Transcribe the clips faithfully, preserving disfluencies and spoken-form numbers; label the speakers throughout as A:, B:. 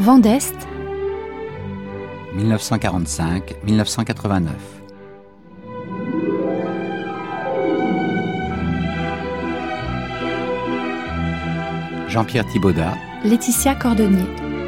A: Vent d'Est,
B: dix-neuf cent quarante-cinq à dix-neuf cent quatre-vingt-neuf. Jean-Pierre Thibaudat,
A: Laetitia Cordonnier.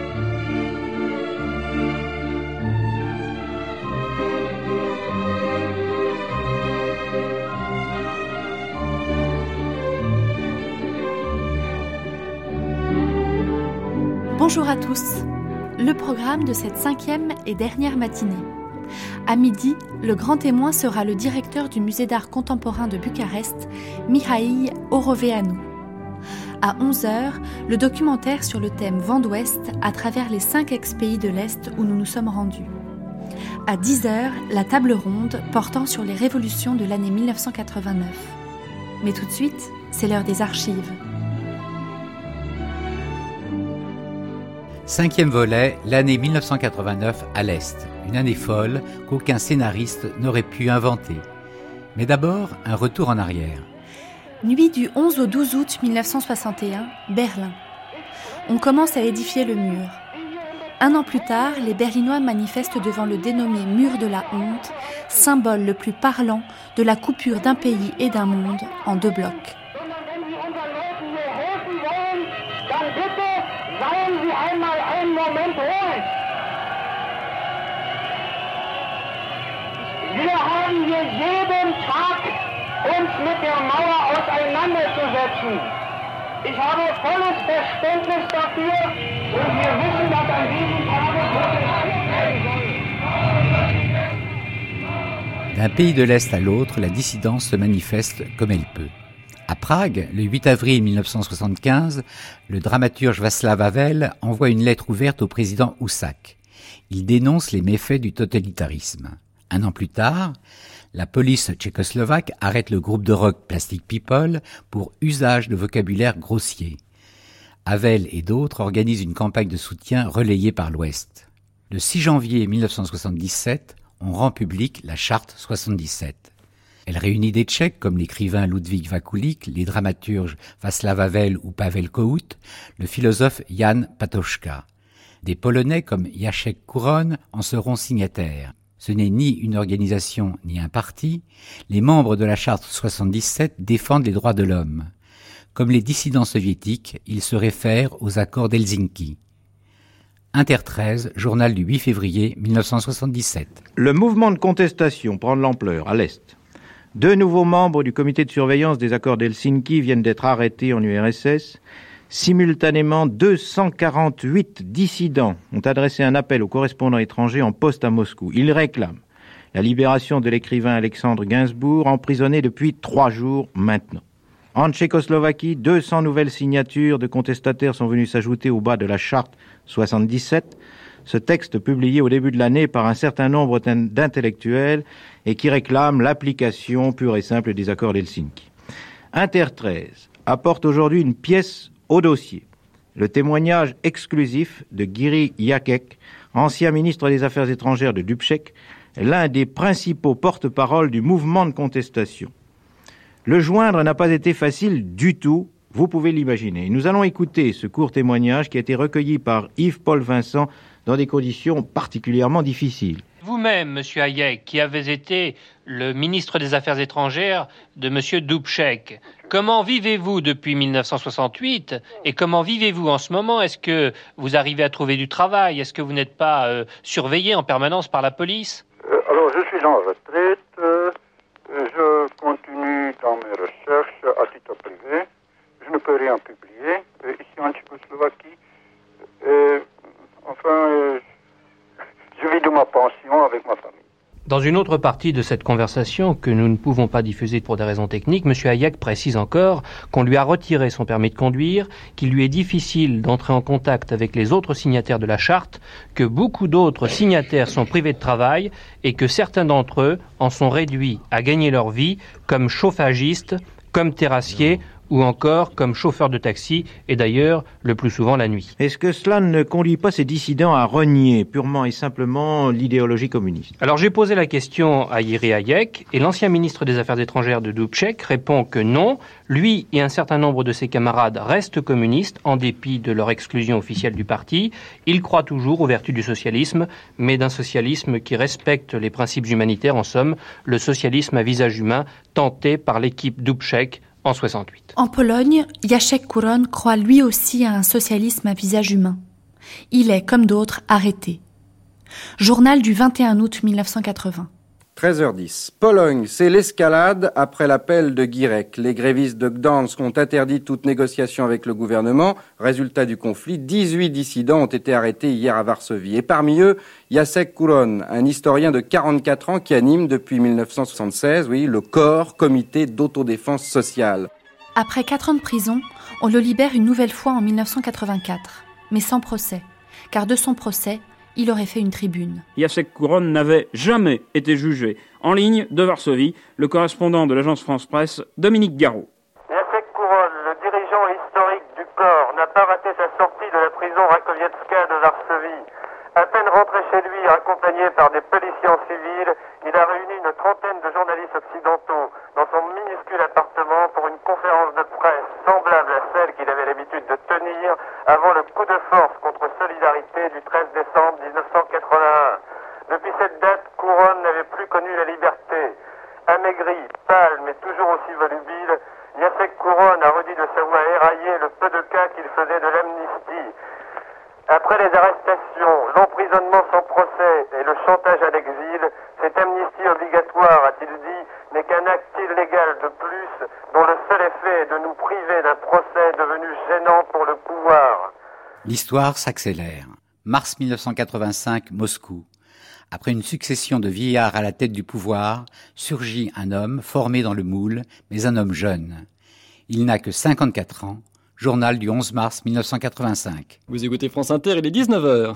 A: Bonjour à tous. Le programme de cette cinquième et dernière matinée. À midi, le grand témoin sera le directeur du musée d'art contemporain de Bucarest, Mihail Oroveanu. À onze heures, le documentaire sur le thème Vent d'Ouest à travers les cinq ex-pays de l'Est où nous nous sommes rendus. À dix heures, la table ronde portant sur les révolutions de l'année dix-neuf cent quatre-vingt-neuf. Mais tout de suite, c'est l'heure des archives.
B: Cinquième volet, l'année dix-neuf cent quatre-vingt-neuf à l'Est. Une année folle qu'aucun scénariste n'aurait pu inventer. Mais d'abord, un retour en arrière.
A: Nuit du onze au douze août dix-neuf cent soixante et un, Berlin. On commence à édifier le mur. Un an plus tard, les Berlinois manifestent devant le dénommé mur de la honte, symbole le plus parlant de la coupure d'un pays et d'un monde en deux blocs.
C: Wir haben hier jeden Tag uns mit der Mauer auseinanderzusetzen. Ich habe volles Verständnis dafür und wir wissen, dass an diesem Tage protestiert werden soll.
B: D'un pays de l'Est à l'autre, la dissidence se manifeste comme elle peut. À Prague, le huit avril dix-neuf cent soixante-quinze, le dramaturge Václav Havel envoie une lettre ouverte au président Husak. Il dénonce les méfaits du totalitarisme. Un an plus tard, la police tchécoslovaque arrête le groupe de rock Plastic People pour usage de vocabulaire grossier. Havel et d'autres organisent une campagne de soutien relayée par l'Ouest. Le six janvier dix-neuf cent soixante-dix-sept, on rend publique la charte soixante-dix-sept. Elle réunit des Tchèques comme l'écrivain Ludvík Vakulik, les dramaturges Václav Havel ou Pavel Kohout, le philosophe Jan Patočka. Des Polonais comme Jacek Kuron en seront signataires. Ce n'est ni une organisation ni un parti. Les membres de la charte soixante-dix-sept défendent les droits de l'homme. Comme les dissidents soviétiques, ils se réfèrent aux accords d'Helsinki. Inter treize, journal du huit février dix-neuf cent soixante-dix-sept.
D: Le mouvement de contestation prend de l'ampleur à l'Est. Deux nouveaux membres du comité de surveillance des accords d'Helsinki viennent d'être arrêtés en U R S S. Simultanément, deux cent quarante-huit dissidents ont adressé un appel aux correspondants étrangers en poste à Moscou. Ils réclament la libération de l'écrivain Alexandre Gainsbourg, emprisonné depuis trois jours maintenant. En Tchécoslovaquie, deux cents nouvelles signatures de contestataires sont venues s'ajouter au bas de la charte soixante-dix-sept, ce texte publié au début de l'année par un certain nombre d'intellectuels et qui réclame l'application pure et simple des accords d'Helsinki. Inter treize apporte aujourd'hui une pièce au dossier, le témoignage exclusif de Giri Jakek, ancien ministre des Affaires étrangères de Dubček, l'un des principaux porte-parole du mouvement de contestation. Le joindre n'a pas été facile du tout, vous pouvez l'imaginer. Nous allons écouter ce court témoignage qui a été recueilli par Yves-Paul Vincent dans des conditions particulièrement difficiles.
E: Vous-même, monsieur Hayek, qui avez été le ministre des Affaires étrangères de monsieur Dubček, comment vivez-vous depuis dix-neuf cent soixante-huit et comment vivez-vous en ce moment? Est-ce que vous arrivez à trouver du travail? Est-ce que vous n'êtes pas euh, surveillé en permanence par la police?
F: euh, Alors, je suis en retraite. Euh, je continue dans mes recherches à titre privé. Je ne peux rien publier euh, ici en Tchécoslovaquie. Euh, enfin... Euh, Je vis de ma pension avec ma famille.
E: Dans une autre partie de cette conversation que nous ne pouvons pas diffuser pour des raisons techniques, M. Hayek précise encore qu'on lui a retiré son permis de conduire, qu'il lui est difficile d'entrer en contact avec les autres signataires de la charte, que beaucoup d'autres signataires sont privés de travail et que certains d'entre eux en sont réduits à gagner leur vie comme chauffagistes, comme terrassiers ou encore comme chauffeur de taxi, et d'ailleurs le plus souvent la nuit.
D: Est-ce que cela ne conduit pas ces dissidents à renier purement et simplement l'idéologie communiste?
E: Alors j'ai posé la question à Jiří Hájek, et l'ancien ministre des Affaires étrangères de Dubček répond que non, lui et un certain nombre de ses camarades restent communistes en dépit de leur exclusion officielle du parti. Ils croient toujours aux vertus du socialisme, mais d'un socialisme qui respecte les principes humanitaires, en somme, le socialisme à visage humain tenté par l'équipe Dubček en soixante-huit.
A: En Pologne, Jacek Kuron croit lui aussi à un socialisme à visage humain. Il est, comme d'autres, arrêté. Journal du vingt et un août mille neuf cent quatre-vingts.
G: treize heures dix. Pologne, c'est l'escalade après l'appel de Gierek. Les grévistes de Gdansk ont interdit toute négociation avec le gouvernement. Résultat du conflit, dix-huit dissidents ont été arrêtés hier à Varsovie. Et parmi eux, Jacek Kuron, un historien de quarante-quatre ans qui anime depuis mille neuf cent soixante-seize, oui, le COR, Comité d'autodéfense sociale.
A: Après quatre ans de prison, on le libère une nouvelle fois en mille neuf cent quatre-vingt-quatre, mais sans procès, car de son procès, il aurait fait une tribune.
H: Jacek Kuron n'avait jamais été jugé. En ligne de Varsovie, le correspondant de l'agence France-Presse, Dominique Garot.
I: Jacek Kuron, le dirigeant historique du corps, n'a pas raté sa sortie de la prison Rakowiecka de Varsovie. À peine rentré chez lui, accompagné par des policiers en civil, il a réuni une trentaine de journalistes occidentaux dans son minuscule appartement pour une conférence de presse semblable à celle qu'il avait l'habitude de tenir avant le coup de force contre Solidarité du treize décembre mille neuf cent quatre-vingt-un. Depuis cette date, Kuron n'avait plus connu la liberté. Amaigri, pâle, mais toujours aussi volubile, Jacek Kuron a redit de sa voix éraillée le peu de cas qu'il faisait de l'amnistie. Après les arrestations, l'emprisonnement sans procès et le chantage à l'exil, cette amnistie obligatoire, a-t-il dit, n'est qu'un acte illégal de plus dont le seul effet est de nous priver d'un procès devenu gênant pour le pouvoir.
B: L'histoire s'accélère. Mars mille neuf cent quatre-vingt-cinq, Moscou. Après une succession de vieillards à la tête du pouvoir, surgit un homme formé dans le moule, mais un homme jeune. Il n'a que cinquante-quatre ans. Journal du onze mars mille neuf cent quatre-vingt-cinq.
J: Vous écoutez France Inter, il est dix-neuf heures.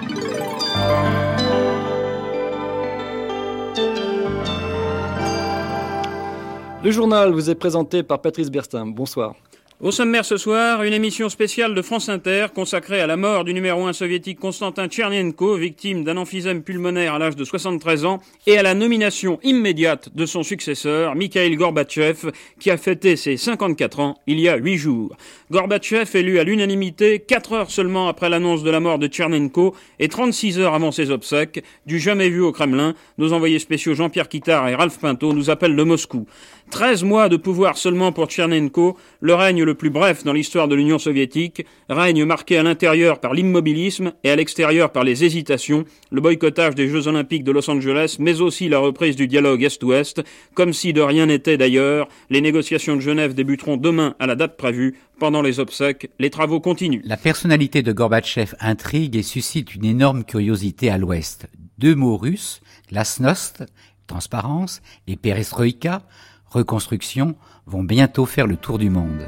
J: Le journal vous est présenté par Patrice Berstin. Bonsoir.
H: Au sommaire ce soir, une émission spéciale de France Inter consacrée à la mort du numéro un soviétique Konstantin Tchernenko, victime d'un emphysème pulmonaire à l'âge de soixante-treize ans, et à la nomination immédiate de son successeur, Mikhaïl Gorbatchev, qui a fêté ses cinquante-quatre ans il y a huit jours. Gorbatchev élu à l'unanimité quatre heures seulement après l'annonce de la mort de Tchernenko et trente-six heures avant ses obsèques, du jamais vu au Kremlin. Nos envoyés spéciaux Jean-Pierre Kittard et Ralph Pinto nous appellent de Moscou. treize mois de pouvoir seulement pour Tchernenko, le règne le plus bref dans l'histoire de l'Union soviétique, règne marqué à l'intérieur par l'immobilisme et à l'extérieur par les hésitations, le boycottage des Jeux Olympiques de Los Angeles, mais aussi la reprise du dialogue Est-Ouest. Comme si de rien n'était d'ailleurs, les négociations de Genève débuteront demain à la date prévue. Pendant les obsèques, les travaux continuent.
B: La personnalité de Gorbatchev intrigue et suscite une énorme curiosité à l'Ouest. Deux mots russes, glasnost, transparence, et perestroïka, reconstruction, vont bientôt faire le tour du monde.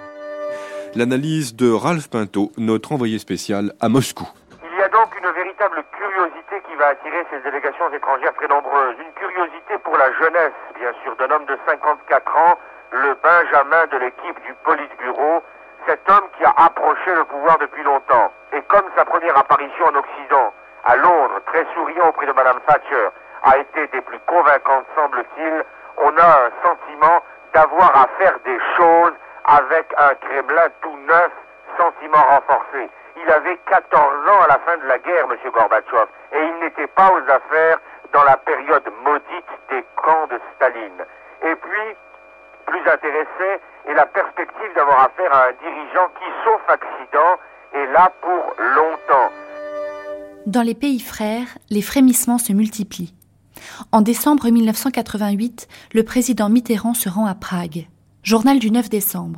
K: L'analyse de Ralph Pinto, notre envoyé spécial à Moscou.
I: Il y a donc une véritable curiosité qui va attirer ces délégations étrangères très nombreuses. Une curiosité pour la jeunesse, bien sûr, d'un homme de cinquante-quatre ans, le Benjamin de l'équipe du Politburo, cet homme qui a approché le pouvoir depuis longtemps. Et comme sa première apparition en Occident, à Londres, très souriant auprès de Madame Thatcher, a été des plus convaincantes, semble-t-il, on a un sentiment d'avoir à faire des choses avec un Kremlin tout neuf, sentiment renforcé. Il avait quatorze ans à la fin de la guerre, M. Gorbatchev, et il n'était pas aux affaires dans la période maudite des camps de Staline. Et puis, plus intéressé est la perspective d'avoir affaire à un dirigeant qui, sauf accident, est là pour longtemps.
A: Dans les pays frères, les frémissements se multiplient. En décembre mille neuf cent quatre-vingt-huit, le président Mitterrand se rend à Prague. Journal du neuf décembre.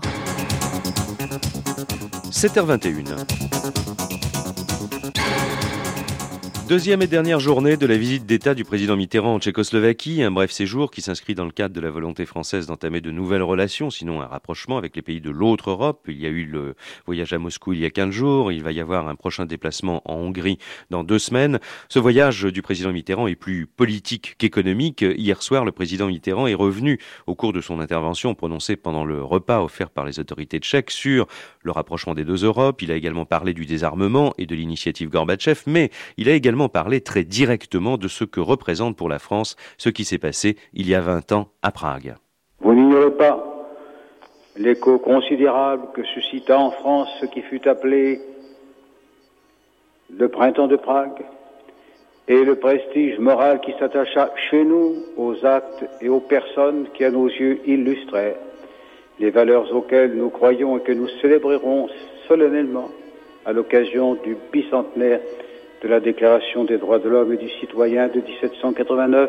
K: sept heures vingt et une.
L: Deuxième et dernière journée de la visite d'État du président Mitterrand en Tchécoslovaquie, un bref séjour qui s'inscrit dans le cadre de la volonté française d'entamer de nouvelles relations, sinon un rapprochement avec les pays de l'autre Europe. Il y a eu le voyage à Moscou il y a quinze jours, il va y avoir un prochain déplacement en Hongrie dans deux semaines. Ce voyage du président Mitterrand est plus politique qu'économique. Hier soir, le président Mitterrand est revenu au cours de son intervention prononcée pendant le repas offert par les autorités tchèques sur le rapprochement des deux Europes. Il a également parlé du désarmement et de l'initiative Gorbatchev, mais il a également parler très directement de ce que représente pour la France ce qui s'est passé il y a vingt ans à Prague.
M: Vous n'ignorez pas l'écho considérable que suscita en France ce qui fut appelé le printemps de Prague et le prestige moral qui s'attacha chez nous aux actes et aux personnes qui à nos yeux illustrèrent les valeurs auxquelles nous croyons et que nous célébrerons solennellement à l'occasion du bicentenaire de la Déclaration des droits de l'homme et du citoyen de dix-sept cent quatre-vingt-neuf,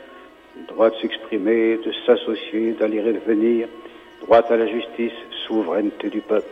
M: droit de s'exprimer, de s'associer, d'aller et de venir, droit à la justice, souveraineté du peuple.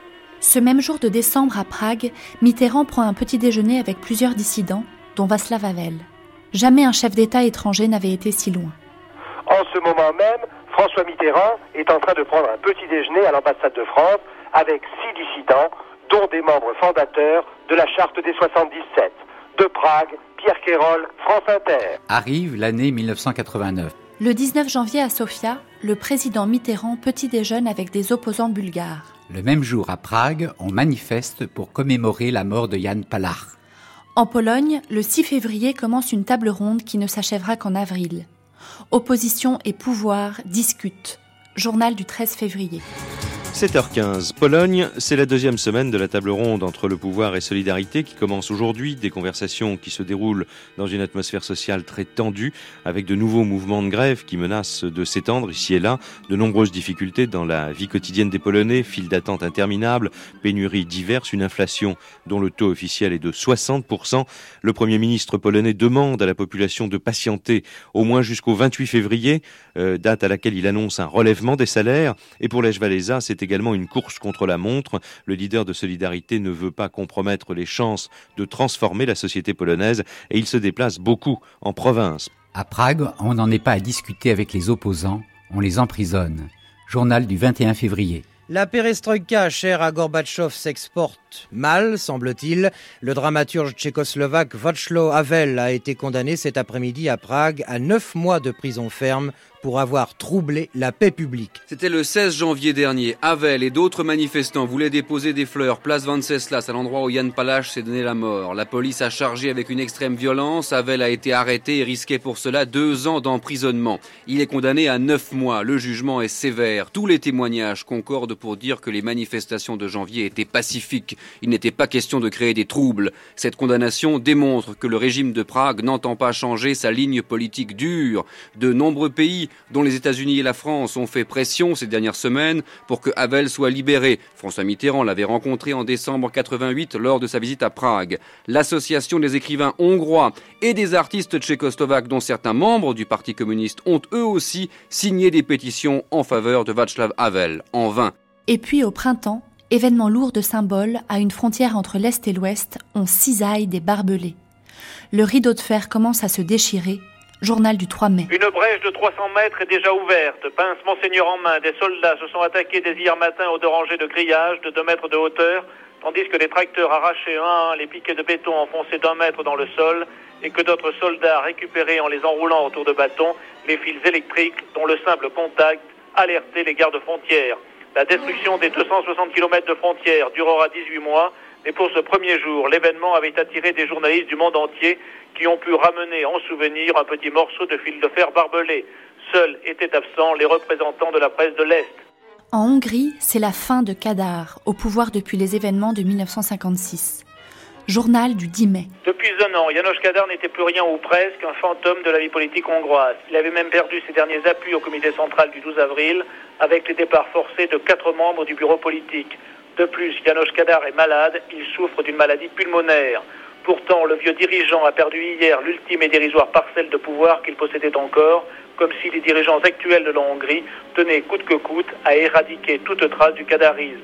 A: Ce même jour de décembre à Prague, Mitterrand prend un petit déjeuner avec plusieurs dissidents, dont Václav Havel. Jamais un chef d'État étranger n'avait été si loin.
I: En ce moment même, François Mitterrand est en train de prendre un petit déjeuner à l'ambassade de France avec six dissidents, dont des membres fondateurs de la Charte des soixante-dix-sept. De Prague, Pierre Quérol, France Inter.
B: Arrive l'année mille neuf cent quatre-vingt-neuf.
A: Le dix-neuf janvier à Sofia, le président Mitterrand petit déjeune avec des opposants bulgares.
B: Le même jour à Prague, on manifeste pour commémorer la mort de Jan Palach.
A: En Pologne, le six février commence une table ronde qui ne s'achèvera qu'en avril. Opposition et pouvoir discutent. Journal du treize février.
L: sept heures quinze, Pologne, c'est la deuxième semaine de la table ronde entre le pouvoir et Solidarité qui commence aujourd'hui, des conversations qui se déroulent dans une atmosphère sociale très tendue, avec de nouveaux mouvements de grève qui menacent de s'étendre ici et là, de nombreuses difficultés dans la vie quotidienne des Polonais, files d'attente interminables, pénuries diverses, une inflation dont le taux officiel est de soixante pour cent. Le Premier ministre polonais demande à la population de patienter au moins jusqu'au vingt-huit février, euh, date à laquelle il annonce un relèvement des salaires, et pour Lech Walesa, c'est également une course contre la montre. Le leader de Solidarité ne veut pas compromettre les chances de transformer la société polonaise et il se déplace beaucoup en province.
B: À Prague, on n'en est pas à discuter avec les opposants, on les emprisonne. Journal du vingt et un février.
N: La perestroïka chère à Gorbatchev s'exporte mal, semble-t-il. Le dramaturge tchécoslovaque Václav Havel a été condamné cet après-midi à Prague à neuf mois de prison ferme pour avoir troublé la paix publique.
O: C'était le seize janvier dernier. Havel et d'autres manifestants voulaient déposer des fleurs place Venceslas à l'endroit où Jan Palach s'est donné la mort. La police a chargé avec une extrême violence. Havel a été arrêté et risquait pour cela deux ans d'emprisonnement. Il est condamné à neuf mois. Le jugement est sévère. Tous les témoignages concordent pour dire que les manifestations de janvier étaient pacifiques. Il n'était pas question de créer des troubles. Cette condamnation démontre que le régime de Prague n'entend pas changer sa ligne politique dure. De nombreux pays, dont les États-Unis et la France, ont fait pression ces dernières semaines pour que Havel soit libéré. François Mitterrand l'avait rencontré en décembre quatre-vingt-huit lors de sa visite à Prague. L'association des écrivains hongrois et des artistes tchécoslovaques, dont certains membres du Parti communiste, ont eux aussi signé des pétitions en faveur de Václav Havel, en vain.
A: Et puis au printemps, événement lourd de symboles, à une frontière entre l'Est et l'Ouest, on cisaille des barbelés. Le rideau de fer commence à se déchirer. Journal du trois mai.
I: Une brèche de trois cents mètres est déjà ouverte. Pince Monseigneur en main, des soldats se sont attaqués dès hier matin aux deux rangées de grillage de deux mètres de hauteur, tandis que les tracteurs arrachaient un à un les piquets de béton enfoncés d'un mètre dans le sol et que d'autres soldats récupéraient en les enroulant autour de bâtons les fils électriques dont le simple contact alertait les gardes-frontières. La destruction des deux cent soixante kilomètres de frontières durera dix-huit mois, mais pour ce premier jour, l'événement avait attiré des journalistes du monde entier qui ont pu ramener en souvenir un petit morceau de fil de fer barbelé. Seuls étaient absents les représentants de la presse de l'Est.
A: En Hongrie, c'est la fin de Kadar, au pouvoir depuis les événements de mille neuf cent cinquante-six. Journal du dix mai.
I: Depuis un an, János Kadar n'était plus rien ou presque un fantôme de la vie politique hongroise. Il avait même perdu ses derniers appuis au comité central du douze avril, avec les départs forcés de quatre membres du bureau politique. De plus, János Kadar est malade, il souffre d'une maladie pulmonaire. Pourtant, le vieux dirigeant a perdu hier l'ultime et dérisoire parcelle de pouvoir qu'il possédait encore, comme si les dirigeants actuels de la Hongrie tenaient coûte que coûte à éradiquer toute trace du kadarisme.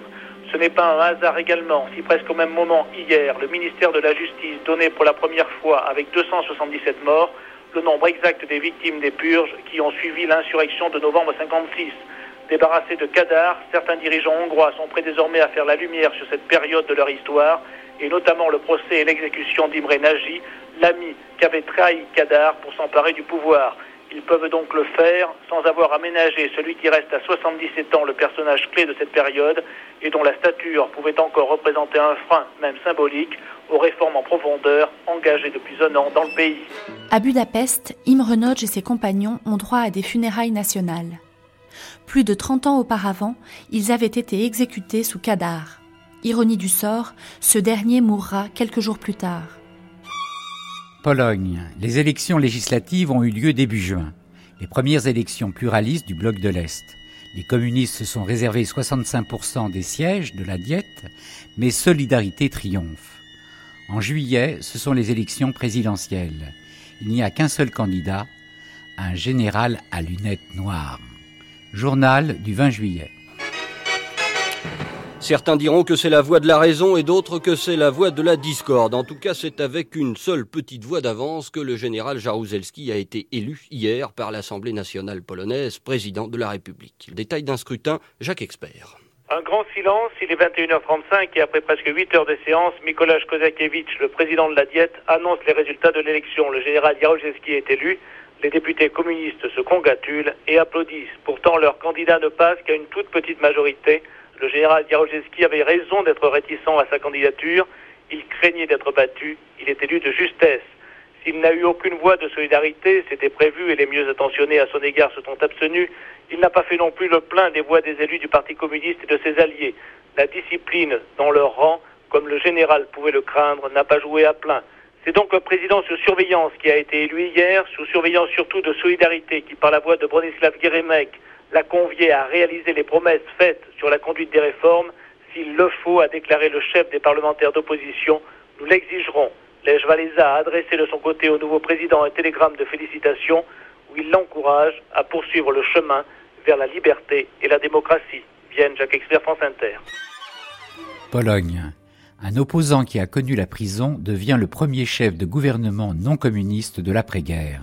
P: Ce n'est pas un hasard également si presque au même moment, hier, le ministère de la Justice donnait pour la première fois, avec deux cent soixante-dix-sept morts, le nombre exact des victimes des purges qui ont suivi l'insurrection de novembre cinquante-six. Débarrassés de Kadar, certains dirigeants hongrois sont prêts désormais à faire la lumière sur cette période de leur histoire, et notamment le procès et l'exécution d'Imre Nagy, l'ami qu'avait trahi Kadar pour s'emparer du pouvoir. Ils peuvent donc le faire sans avoir aménagé celui qui reste à soixante-dix-sept ans le personnage clé de cette période et dont la stature pouvait encore représenter un frein, même symbolique, aux réformes en profondeur engagées depuis un an dans le pays.
A: À Budapest, Imre Nagy et ses compagnons ont droit à des funérailles nationales. Plus de trente ans auparavant, ils avaient été exécutés sous Kadar. Ironie du sort, ce dernier mourra quelques jours plus tard.
B: Pologne. Les élections législatives ont eu lieu début juin. Les premières élections pluralistes du bloc de l'Est. Les communistes se sont réservés soixante-cinq pour cent des sièges de la Diète, mais Solidarité triomphe. En juillet, ce sont les élections présidentielles. Il n'y a qu'un seul candidat, un général à lunettes noires. Journal du vingt juillet.
J: Certains diront que c'est la voix de la raison et d'autres que c'est la voix de la discorde. En tout cas, c'est avec une seule petite voix d'avance que le général Jaruzelski a été élu hier par l'Assemblée nationale polonaise, président de la République. Le détail d'un scrutin, Jacques Expert.
P: Un grand silence, il est vingt et une heures trente-cinq et après presque huit heures de séance, Mikołaj Kozakiewicz, le président de la Diète, annonce les résultats de l'élection. Le général Jaruzelski est élu. Les députés communistes se congratulent et applaudissent. Pourtant, leur candidat ne passe qu'à une toute petite majorité. Le général Jaruzelski avait raison d'être réticent à sa candidature. Il craignait d'être battu. Il est élu de justesse. S'il n'a eu aucune voix de solidarité, c'était prévu et les mieux intentionnés à son égard se sont abstenus. Il n'a pas fait non plus le plein des voix des élus du Parti communiste et de ses alliés. La discipline dans leur rang, comme le général pouvait le craindre, n'a pas joué à plein. C'est donc le président sous surveillance qui a été élu hier, sous surveillance surtout de Solidarité, qui par la voix de Bronislaw Geremek l'a convié à réaliser les promesses faites sur la conduite des réformes. S'il le faut, a déclaré le chef des parlementaires d'opposition, nous l'exigerons. Lech Walesa a adressé de son côté au nouveau président un télégramme de félicitations où il l'encourage à poursuivre le chemin vers la liberté et la démocratie. Vienne, Jacques Expert, France Inter.
B: Pologne. Un opposant qui a connu la prison devient le premier chef de gouvernement non communiste de l'après-guerre.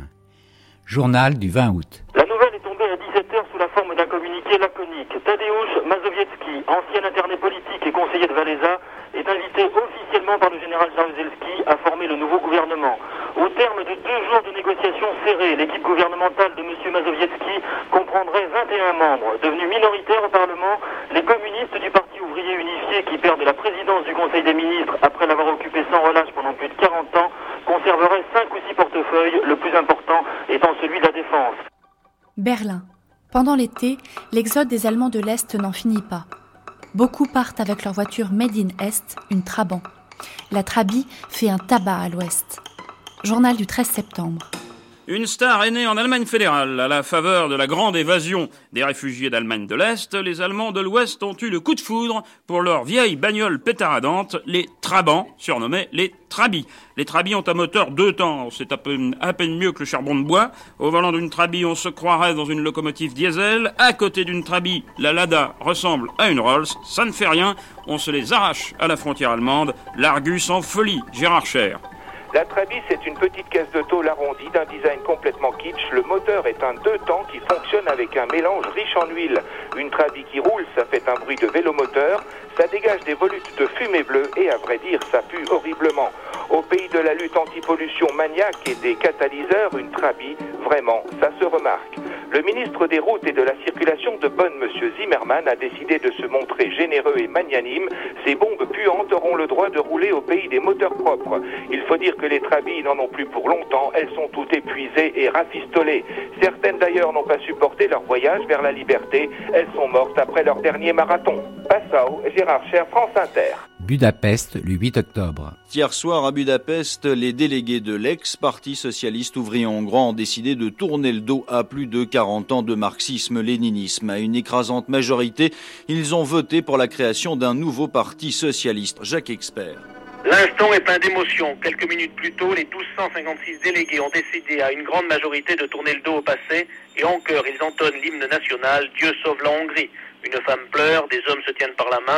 B: Journal du vingt août.
Q: La nouvelle est tombée à dix-sept heures sous la forme d'un communiqué laconique. Tadeusz Mazowiecki, ancien interné politique et conseiller de Walesa, est invité officiellement par le général Jaruzelski à former le nouveau gouvernement. Au terme de deux jours de négociations serrées, l'équipe gouvernementale de M. Mazowiecki comprendrait vingt et un membres. Devenus minoritaires au Parlement, les communistes du Parti ouvrier unifié qui perdent la présidence du Conseil des ministres après l'avoir occupé sans relâche pendant plus de quarante ans, conserveraient cinq ou six portefeuilles, le plus important étant celui de la défense.
A: Berlin. Pendant l'été, l'exode des Allemands de l'Est n'en finit pas. Beaucoup partent avec leur voiture Made in Est, une Trabant. La Trabi fait un tabac à l'Ouest. Journal du treize septembre.
H: Une star est née en Allemagne fédérale. À la faveur de la grande évasion des réfugiés d'Allemagne de l'Est, les Allemands de l'Ouest ont eu le coup de foudre pour leur vieille bagnole pétaradante, les Trabants, surnommés les Trabi. Les Trabi ont un moteur deux temps, c'est à peine, à peine mieux que le charbon de bois. Au volant d'une Trabi, on se croirait dans une locomotive diesel. À côté d'une Trabi, la Lada ressemble à une Rolls. Ça ne fait rien, on se les arrache à la frontière allemande. L'Argus en folie, Gérard Cher.
R: La Trabi, c'est une petite caisse de tôle arrondie d'un design complètement kitsch. Le moteur est un deux temps qui fonctionne avec un mélange riche en huile. Une Trabi qui roule, ça fait un bruit de vélomoteur. Ça dégage des volutes de fumée bleue et, à vrai dire, ça pue horriblement. Au pays de la lutte anti-pollution maniaque et des catalyseurs, une Trabi, vraiment, ça se remarque. Le ministre des Routes et de la Circulation de Bonn, M. Zimmermann, a décidé de se montrer généreux et magnanime. Ces bombes puantes auront le droit de rouler au pays des moteurs propres. Il faut dire que les Trabi n'en ont plus pour longtemps. Elles sont toutes épuisées et rafistolées. Certaines d'ailleurs n'ont pas supporté leur voyage vers la liberté. Elles sont mortes après leur dernier marathon. Passau, Gérard Cher, France Inter.
B: Budapest, le huit octobre.
S: Hier soir à Budapest, les délégués de l'ex-Parti socialiste ouvrier hongrois ont décidé de tourner le dos à plus de quarante ans de marxisme-léninisme. À une écrasante majorité, ils ont voté pour la création d'un nouveau parti socialiste. Jacques Expert.
P: L'instant est plein d'émotion. Quelques minutes plus tôt, les douze cent cinquante-six délégués ont décidé à une grande majorité de tourner le dos au passé et en chœur, ils entonnent l'hymne national « Dieu sauve la Hongrie ». Une femme pleure, des hommes se tiennent par la main.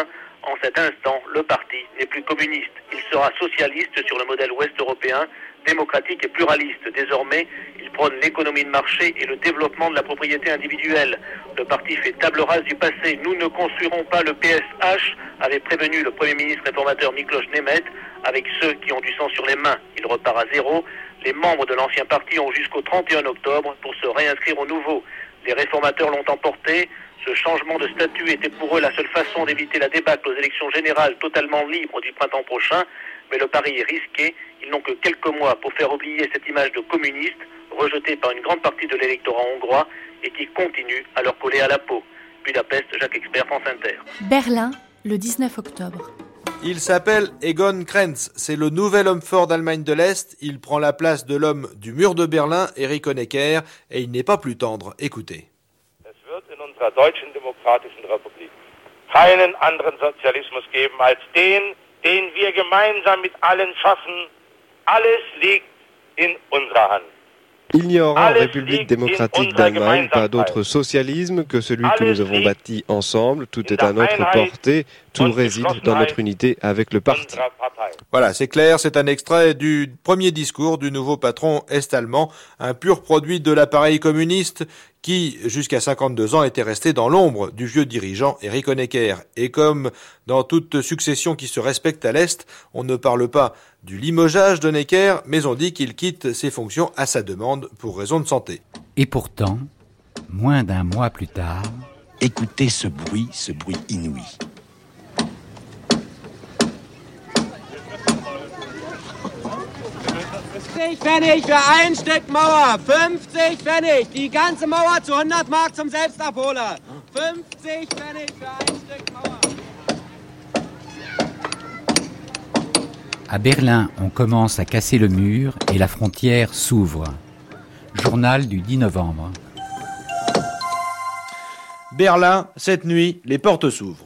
P: En cet instant, le parti n'est plus communiste. Il sera socialiste sur le modèle ouest européen, démocratique et pluraliste. Désormais, il prône l'économie de marché et le développement de la propriété individuelle. Le parti fait table rase du passé. Nous ne construirons pas le P S H, avait prévenu le Premier ministre réformateur Miklos Nemeth, avec ceux qui ont du sang sur les mains. Il repart à zéro. Les membres de l'ancien parti ont jusqu'au trente et un octobre pour se réinscrire au nouveau. Les réformateurs l'ont emporté. Ce changement de statut était pour eux la seule façon d'éviter la débâcle aux élections générales totalement libres du printemps prochain. Mais le pari est risqué. Ils n'ont que quelques mois pour faire oublier cette image de communiste, rejetée par une grande partie de l'électorat hongrois et qui continue à leur coller à la peau. Budapest, Jacques Expert, France Inter.
A: Berlin, le dix-neuf octobre.
T: Il s'appelle Egon Krenz. C'est le nouvel homme fort d'Allemagne de l'Est. Il prend la place de l'homme du mur de Berlin, Erich Honecker, et il n'est pas plus tendre. Écoutez.
U: Es wird in unserer deutschen demokratischen Republik keinen anderen Sozialismus geben als den, den wir gemeinsam mit allen schaffen. Alles liegt in unserer Hand.
V: Il n'y aura en République démocratique d'Allemagne pas d'autre socialisme que celui que nous avons bâti ensemble. Tout est à notre portée, tout réside dans notre unité avec le parti.
T: Voilà, c'est clair, c'est un extrait du premier discours du nouveau patron est-allemand, un pur produit de l'appareil communiste qui, jusqu'à cinquante-deux ans, était resté dans l'ombre du vieux dirigeant Erich Honecker. Et comme dans toute succession qui se respecte à l'Est, on ne parle pas du limogeage d'Honecker, mais on dit qu'il quitte ses fonctions à sa demande pour raison de santé.
B: Et pourtant, moins d'un mois plus tard...
W: Écoutez ce bruit, ce bruit inouï.
X: fünfzig Pfennig für ein Stück Mauer. fünfzig Pfennig. Die ganze Mauer zu hundert Mark zum Selbstabholer. fünfzig Pfennig für ein Stück Mauer.
B: À Berlin, on commence à casser le mur et la frontière s'ouvre. Journal du dix novembre.
T: Berlin, cette nuit, les portes s'ouvrent.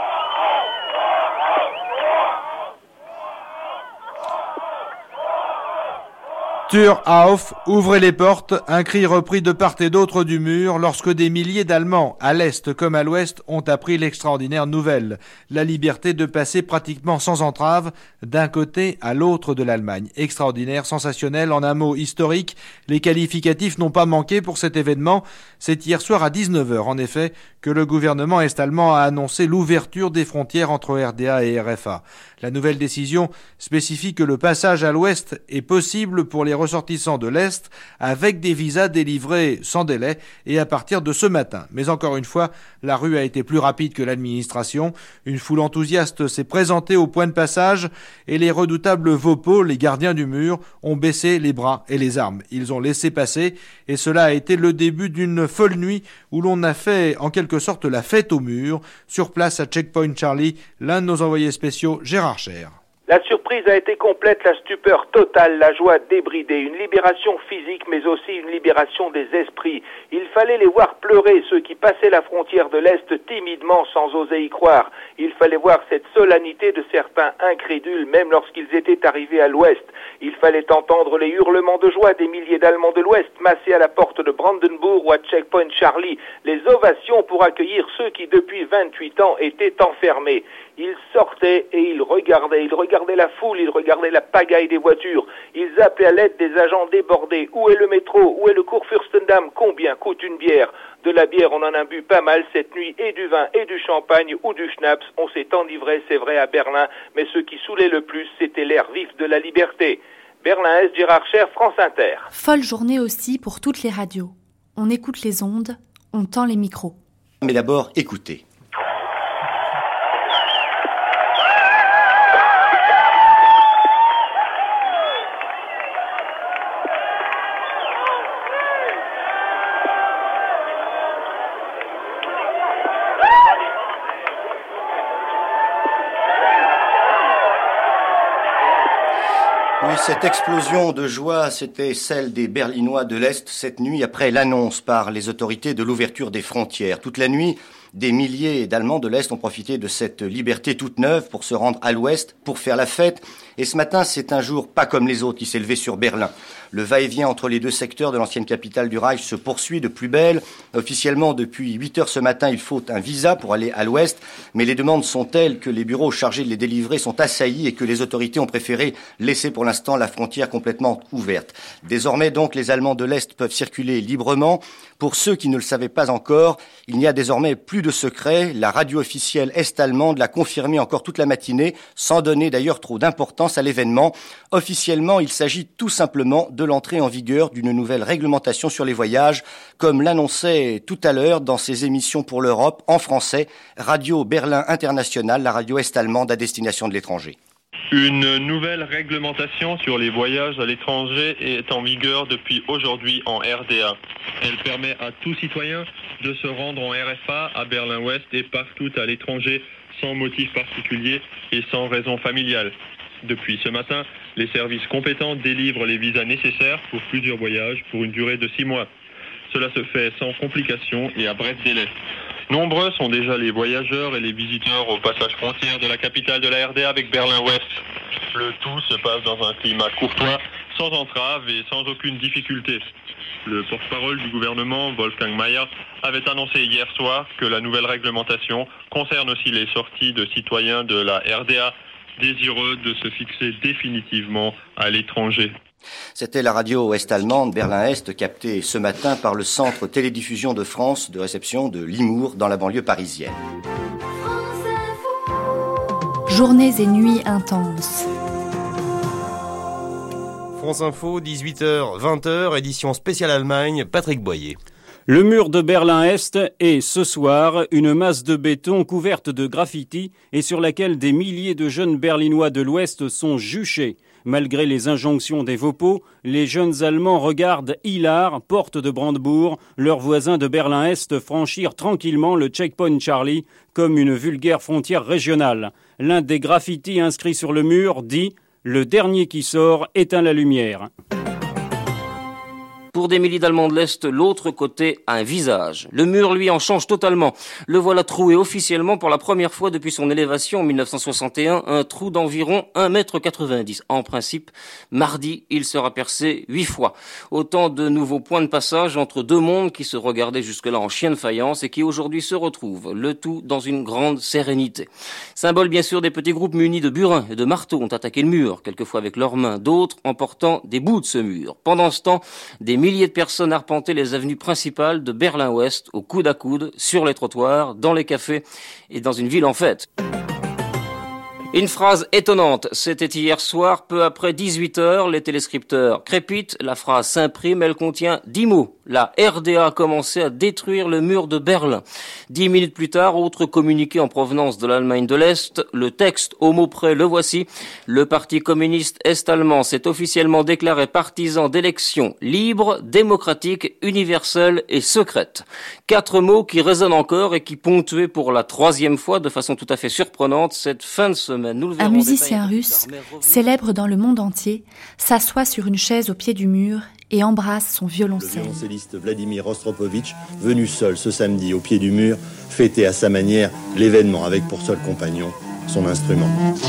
T: Tür auf, ouvrez les portes, un cri repris de part et d'autre du mur lorsque des milliers d'Allemands, à l'Est comme à l'Ouest, ont appris l'extraordinaire nouvelle. La liberté de passer pratiquement sans entrave d'un côté à l'autre de l'Allemagne. Extraordinaire, sensationnel, en un mot historique, les qualificatifs n'ont pas manqué pour cet événement. C'est hier soir à dix-neuf heures, en effet, que le gouvernement est-allemand a annoncé l'ouverture des frontières entre R D A et R F A. La nouvelle décision spécifie que le passage à l'Ouest est possible pour les ressortissants de l'Est avec des visas délivrés sans délai et à partir de ce matin. Mais encore une fois, la rue a été plus rapide que l'administration. Une foule enthousiaste s'est présentée au point de passage et les redoutables Vopos, les gardiens du mur, ont baissé les bras et les armes. Ils ont laissé passer et cela a été le début d'une folle nuit où l'on a fait en quelque sorte la fête au mur. Sur place à Checkpoint Charlie, l'un de nos envoyés spéciaux, Gérard Cher.
R: La surprise a été complète, la stupeur totale, la joie débridée, une libération physique mais aussi une libération des esprits. Il fallait les voir pleurer, ceux qui passaient la frontière de l'Est timidement sans oser y croire. Il fallait voir cette solennité de certains incrédules même lorsqu'ils étaient arrivés à l'Ouest. Il fallait entendre les hurlements de joie des milliers d'Allemands de l'Ouest massés à la porte de Brandenburg ou à Checkpoint Charlie, les ovations pour accueillir ceux qui depuis vingt-huit ans étaient enfermés. Ils sortaient et ils regardaient, ils regardaient la foule, ils regardaient la pagaille des voitures, ils appelaient à l'aide des agents débordés. Où est le métro? Où est le Kurfürstendamm? Combien coûte une bière? De la bière, on en a bu pas mal cette nuit, et du vin, et du champagne, ou du schnapps. On s'est enivré, c'est vrai, à Berlin, mais ce qui saoulait le plus, c'était l'air vif de la liberté. Berlin-Est, Gérard Cher, France Inter.
A: Folle journée aussi pour toutes les radios. On écoute les ondes, on tend les micros.
Y: Mais d'abord, écoutez. Oui, cette explosion de joie, c'était celle des Berlinois de l'Est cette nuit après l'annonce par les autorités de l'ouverture des frontières. Toute la nuit, Des milliers d'Allemands de l'Est ont profité de cette liberté toute neuve pour se rendre à l'Ouest, pour faire la fête. Et ce matin, c'est un jour pas comme les autres qui s'est levé sur Berlin. Le va-et-vient entre les deux secteurs de l'ancienne capitale du Reich se poursuit de plus belle. Officiellement, depuis huit heures ce matin, il faut un visa pour aller à l'Ouest. Mais les demandes sont telles que les bureaux chargés de les délivrer sont assaillis et que les autorités ont préféré laisser pour l'instant la frontière complètement ouverte. Désormais, donc, les Allemands de l'Est peuvent circuler librement. Pour ceux qui ne le savaient pas encore, il n'y a désormais plus de secret. La radio officielle est-allemande l'a confirmé encore toute la matinée, sans donner d'ailleurs trop d'importance à l'événement. Officiellement, il s'agit tout simplement de l'entrée en vigueur d'une nouvelle réglementation sur les voyages, comme l'annonçait tout à l'heure dans ses émissions pour l'Europe, en français, Radio Berlin International, la radio est-allemande à destination de l'étranger.
C: Une nouvelle réglementation sur les voyages à l'étranger est en vigueur depuis aujourd'hui en R D A. Elle permet à tout citoyen de se rendre en R F A à Berlin-Ouest et partout à l'étranger sans motif particulier et sans raison familiale. Depuis ce matin, les services compétents délivrent les visas nécessaires pour plusieurs voyages pour une durée de six mois. Cela se fait sans complications et à bref délai. Nombreux sont déjà les voyageurs et les visiteurs au passage frontière de la capitale de la R D A avec Berlin-Ouest. Le tout se passe dans un climat courtois, sans entrave et sans aucune difficulté. Le porte-parole du gouvernement, Wolfgang Mayer, avait annoncé hier soir que la nouvelle réglementation concerne aussi les sorties de citoyens de la R D A désireux de se fixer définitivement à l'étranger.
Y: C'était la radio ouest-allemande Berlin-Est captée ce matin par le Centre Télédiffusion de France de réception de Limours dans la banlieue parisienne.
A: Journées et nuits intenses.
D: France Info, dix-huit heures, vingt heures, édition spéciale Allemagne, Patrick Boyer.
H: Le mur de Berlin-Est est, ce soir, une masse de béton couverte de graffitis et sur laquelle des milliers de jeunes Berlinois de l'Ouest sont juchés. Malgré les injonctions des Vopos, les jeunes Allemands regardent hilar, porte de Brandebourg, leurs voisins de Berlin-Est franchir tranquillement le checkpoint Charlie comme une vulgaire frontière régionale. L'un des graffitis inscrits sur le mur dit « Le dernier qui sort éteint la lumière ».
E: Pour des milliers d'Allemands de l'Est, l'autre côté a un visage. Le mur, lui, en change totalement. Le voilà troué officiellement pour la première fois depuis son élévation en mille neuf cent soixante et un, un trou d'environ un mètre quatre-vingt-dix. En principe, mardi, il sera percé huit fois. Autant de nouveaux points de passage entre deux mondes qui se regardaient jusque-là en chien de faïence et qui aujourd'hui se retrouvent, le tout dans une grande sérénité. Symbole bien sûr des petits groupes munis de burins et de marteaux ont attaqué le mur, quelquefois avec leurs mains, d'autres en portant des bouts de ce mur. Pendant ce temps, des milliers de personnes arpentaient les avenues principales de Berlin-Ouest, au coude à coude, sur les trottoirs, dans les cafés et dans une ville en fête. Une phrase étonnante, c'était hier soir, peu après dix-huit heures, les téléscripteurs crépitent, la phrase s'imprime, elle contient dix mots. La R D A a commencé à détruire le mur de Berlin. Dix minutes plus tard, autre communiqué en provenance de l'Allemagne de l'Est, le texte au mot près, le voici. Le Parti communiste est-allemand s'est officiellement déclaré partisan d'élections libres, démocratiques, universelles et secrètes. Quatre mots qui résonnent encore et qui ponctuaient pour la troisième fois de façon tout à fait surprenante cette fin de semaine.
A: Un musicien russe, célèbre dans le monde entier, s'assoit sur une chaise au pied du mur et embrasse son violoncelle.
F: Le violoncelliste Vladimir Rostropovitch, venu seul ce samedi au pied du mur, fêtait à sa manière l'événement avec pour seul compagnon son instrument.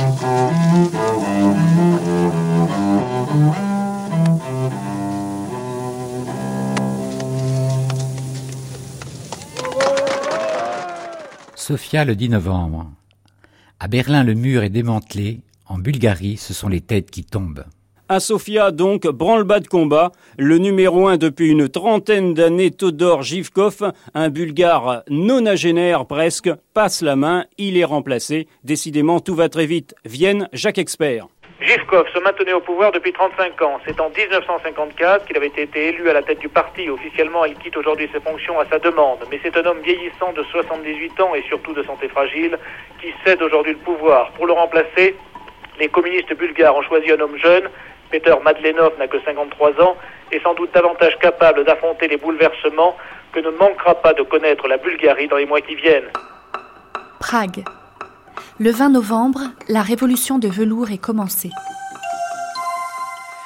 B: Sofia le dix novembre. À Berlin, le mur est démantelé. En Bulgarie, ce sont les têtes qui tombent.
H: À Sofia, donc, branle-bas de combat. Le numéro un depuis une trentaine d'années, Todor Zhivkov, un Bulgare nonagénaire presque, passe la main. Il est remplacé. Décidément, tout va très vite. Vienne, Jacques Expert.
P: Zhivkov se maintenait au pouvoir depuis trente-cinq ans. C'est en dix-neuf cent cinquante-quatre qu'il avait été élu à la tête du parti. Officiellement, il quitte aujourd'hui ses fonctions à sa demande. Mais c'est un homme vieillissant de soixante-dix-huit ans et surtout de santé fragile qui cède aujourd'hui le pouvoir. Pour le remplacer, les communistes bulgares ont choisi un homme jeune. Peter Madlenov n'a que cinquante-trois ans et sans doute davantage capable d'affronter les bouleversements que ne manquera pas de connaître la Bulgarie dans les mois qui viennent.
A: Prague. Le vingt novembre, la révolution de velours est commencée.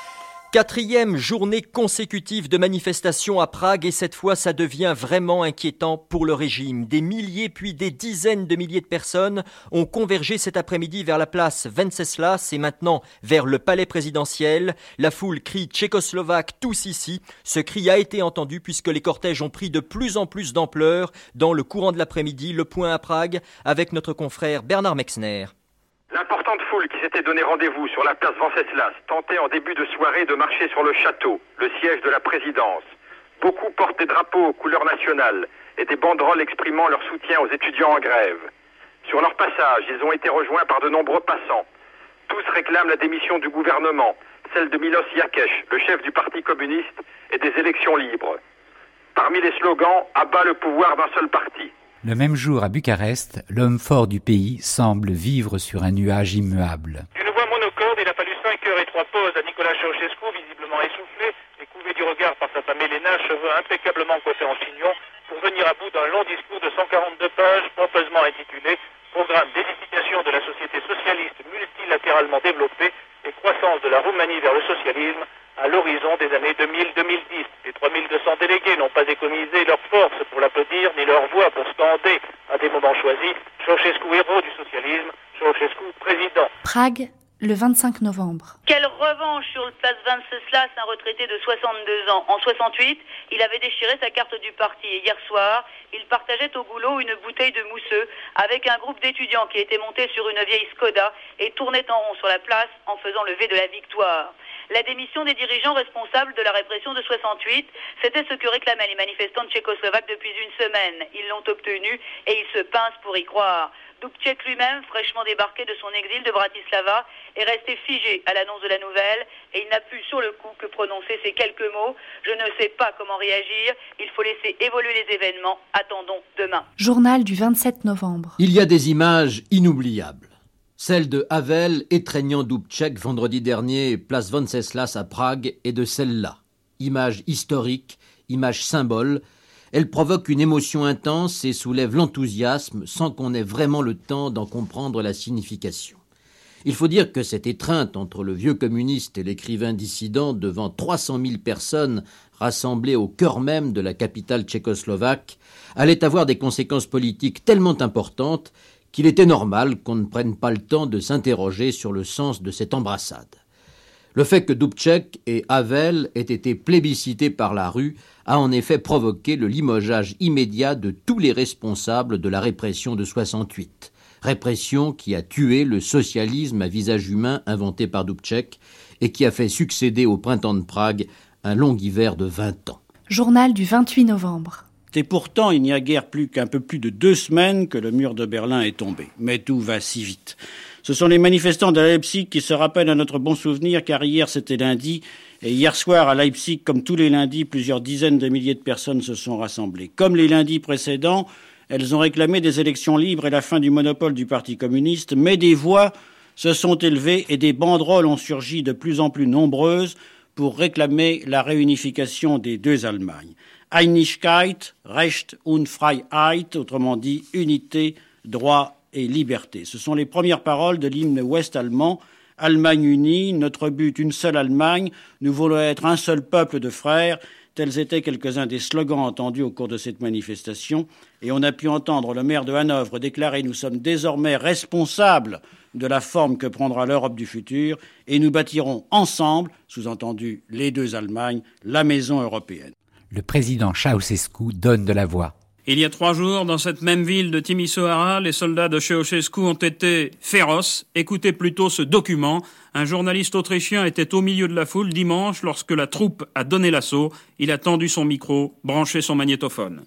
G: Quatrième journée consécutive de manifestation à Prague et cette fois ça devient vraiment inquiétant pour le régime. Des milliers puis des dizaines de milliers de personnes ont convergé cet après-midi vers la place Venceslas et maintenant vers le palais présidentiel. La foule crie tchécoslovaque tous ici. Ce cri a été entendu puisque les cortèges ont pris de plus en plus d'ampleur dans le courant de l'après-midi. Le point à Prague avec notre confrère Bernard Mexner.
K: L'importante foule qui s'était donné rendez-vous sur la place Venceslas tentait en début de soirée de marcher sur le château, le siège de la présidence. Beaucoup portent des drapeaux aux couleurs nationales et des banderoles exprimant leur soutien aux étudiants en grève. Sur leur passage, ils ont été rejoints par de nombreux passants. Tous réclament la démission du gouvernement, celle de Miloš Jakeš, le chef du parti communiste, et des élections libres. Parmi les slogans, à bas le pouvoir d'un seul parti.
B: Le même jour à Bucarest, l'homme fort du pays semble vivre sur un nuage immuable.
P: D'une voix monocorde, il a fallu cinq heures et trois pauses à Nicolas Ceausescu, visiblement essoufflé et couvé du regard par sa femme Elena, cheveux impeccablement coiffés en chignon, pour venir à bout d'un long discours de cent quarante-deux pages, pompeusement intitulé « Programme d'édification de la société socialiste multilatéralement développée et croissance de la Roumanie vers le socialisme » à l'horizon des années deux mille à deux mille dix. Les trois mille deux cents délégués n'ont pas économisé leur force pour l'applaudir, ni leur voix pour scander, à des moments choisis, Ceausescu héros du socialisme, Ceausescu président.
A: Prague, le vingt-cinq novembre.
L: Quelle revanche sur le place Venceslas, un retraité de soixante-deux ans. En soixante-huit, il avait déchiré sa carte du parti et hier soir, il partageait au goulot une bouteille de mousseux avec un groupe d'étudiants qui était monté sur une vieille Skoda et tournait en rond sur la place en faisant le V de la victoire. La démission des dirigeants responsables de la répression de soixante-huit, c'était ce que réclamaient les manifestants tchécoslovaques depuis une semaine. Ils l'ont obtenu et ils se pincent pour y croire. Dubček lui-même, fraîchement débarqué de son exil de Bratislava, est resté figé à l'annonce de la nouvelle et il n'a pu sur le coup que prononcer ces quelques mots. Je ne sais pas comment réagir, il faut laisser évoluer les événements, attendons demain.
A: Journal du vingt-sept novembre.
J: Il y a des images inoubliables. Celle de Havel étreignant Dubček vendredi dernier, place Venceslas à Prague, et de celle-là. Image historique, image symbole. Elle provoque une émotion intense et soulève l'enthousiasme sans qu'on ait vraiment le temps d'en comprendre la signification. Il faut dire que cette étreinte entre le vieux communiste et l'écrivain dissident devant trois cent mille personnes rassemblées au cœur même de la capitale tchécoslovaque allait avoir des conséquences politiques tellement importantes qu'il était normal qu'on ne prenne pas le temps de s'interroger sur le sens de cette embrassade. Le fait que Dubček et Havel aient été plébiscités par la rue a en effet provoqué le limogeage immédiat de tous les responsables de la répression de soixante-huit. Répression qui a tué le socialisme à visage humain inventé par Dubček et qui a fait succéder au printemps de Prague un long hiver de vingt ans.
A: Journal du vingt-huit novembre.
H: Et pourtant, il n'y a guère plus qu'un peu plus de deux semaines que le mur de Berlin est tombé. Mais tout va si vite. Ce sont les manifestants de Leipzig qui se rappellent à notre bon souvenir, car hier c'était lundi, et hier soir à Leipzig, comme tous les lundis, plusieurs dizaines de milliers de personnes se sont rassemblées. Comme les lundis précédents, elles ont réclamé des élections libres et la fin du monopole du Parti communiste, mais des voix se sont élevées et des banderoles ont surgi de plus en plus nombreuses pour réclamer la réunification des deux Allemagnes. Einigkeit, Recht und Freiheit, autrement dit unité, droit et liberté. Ce sont les premières paroles de l'hymne ouest-allemand. Allemagne unie, notre but une seule Allemagne, nous voulons être un seul peuple de frères. Tels étaient quelques-uns des slogans entendus au cours de cette manifestation. Et on a pu entendre le maire de Hanovre déclarer « Nous sommes désormais responsables de la forme que prendra l'Europe du futur et nous bâtirons ensemble, sous-entendu les deux Allemagnes, la maison européenne ».
B: Le président Ceausescu donne de la voix.
H: Il y a trois jours, dans cette même ville de Timișoara, les soldats de Ceausescu ont été féroces. Écoutez plutôt ce document. Un journaliste autrichien était au milieu de la foule dimanche lorsque la troupe a donné l'assaut. Il a tendu son micro, branché son magnétophone.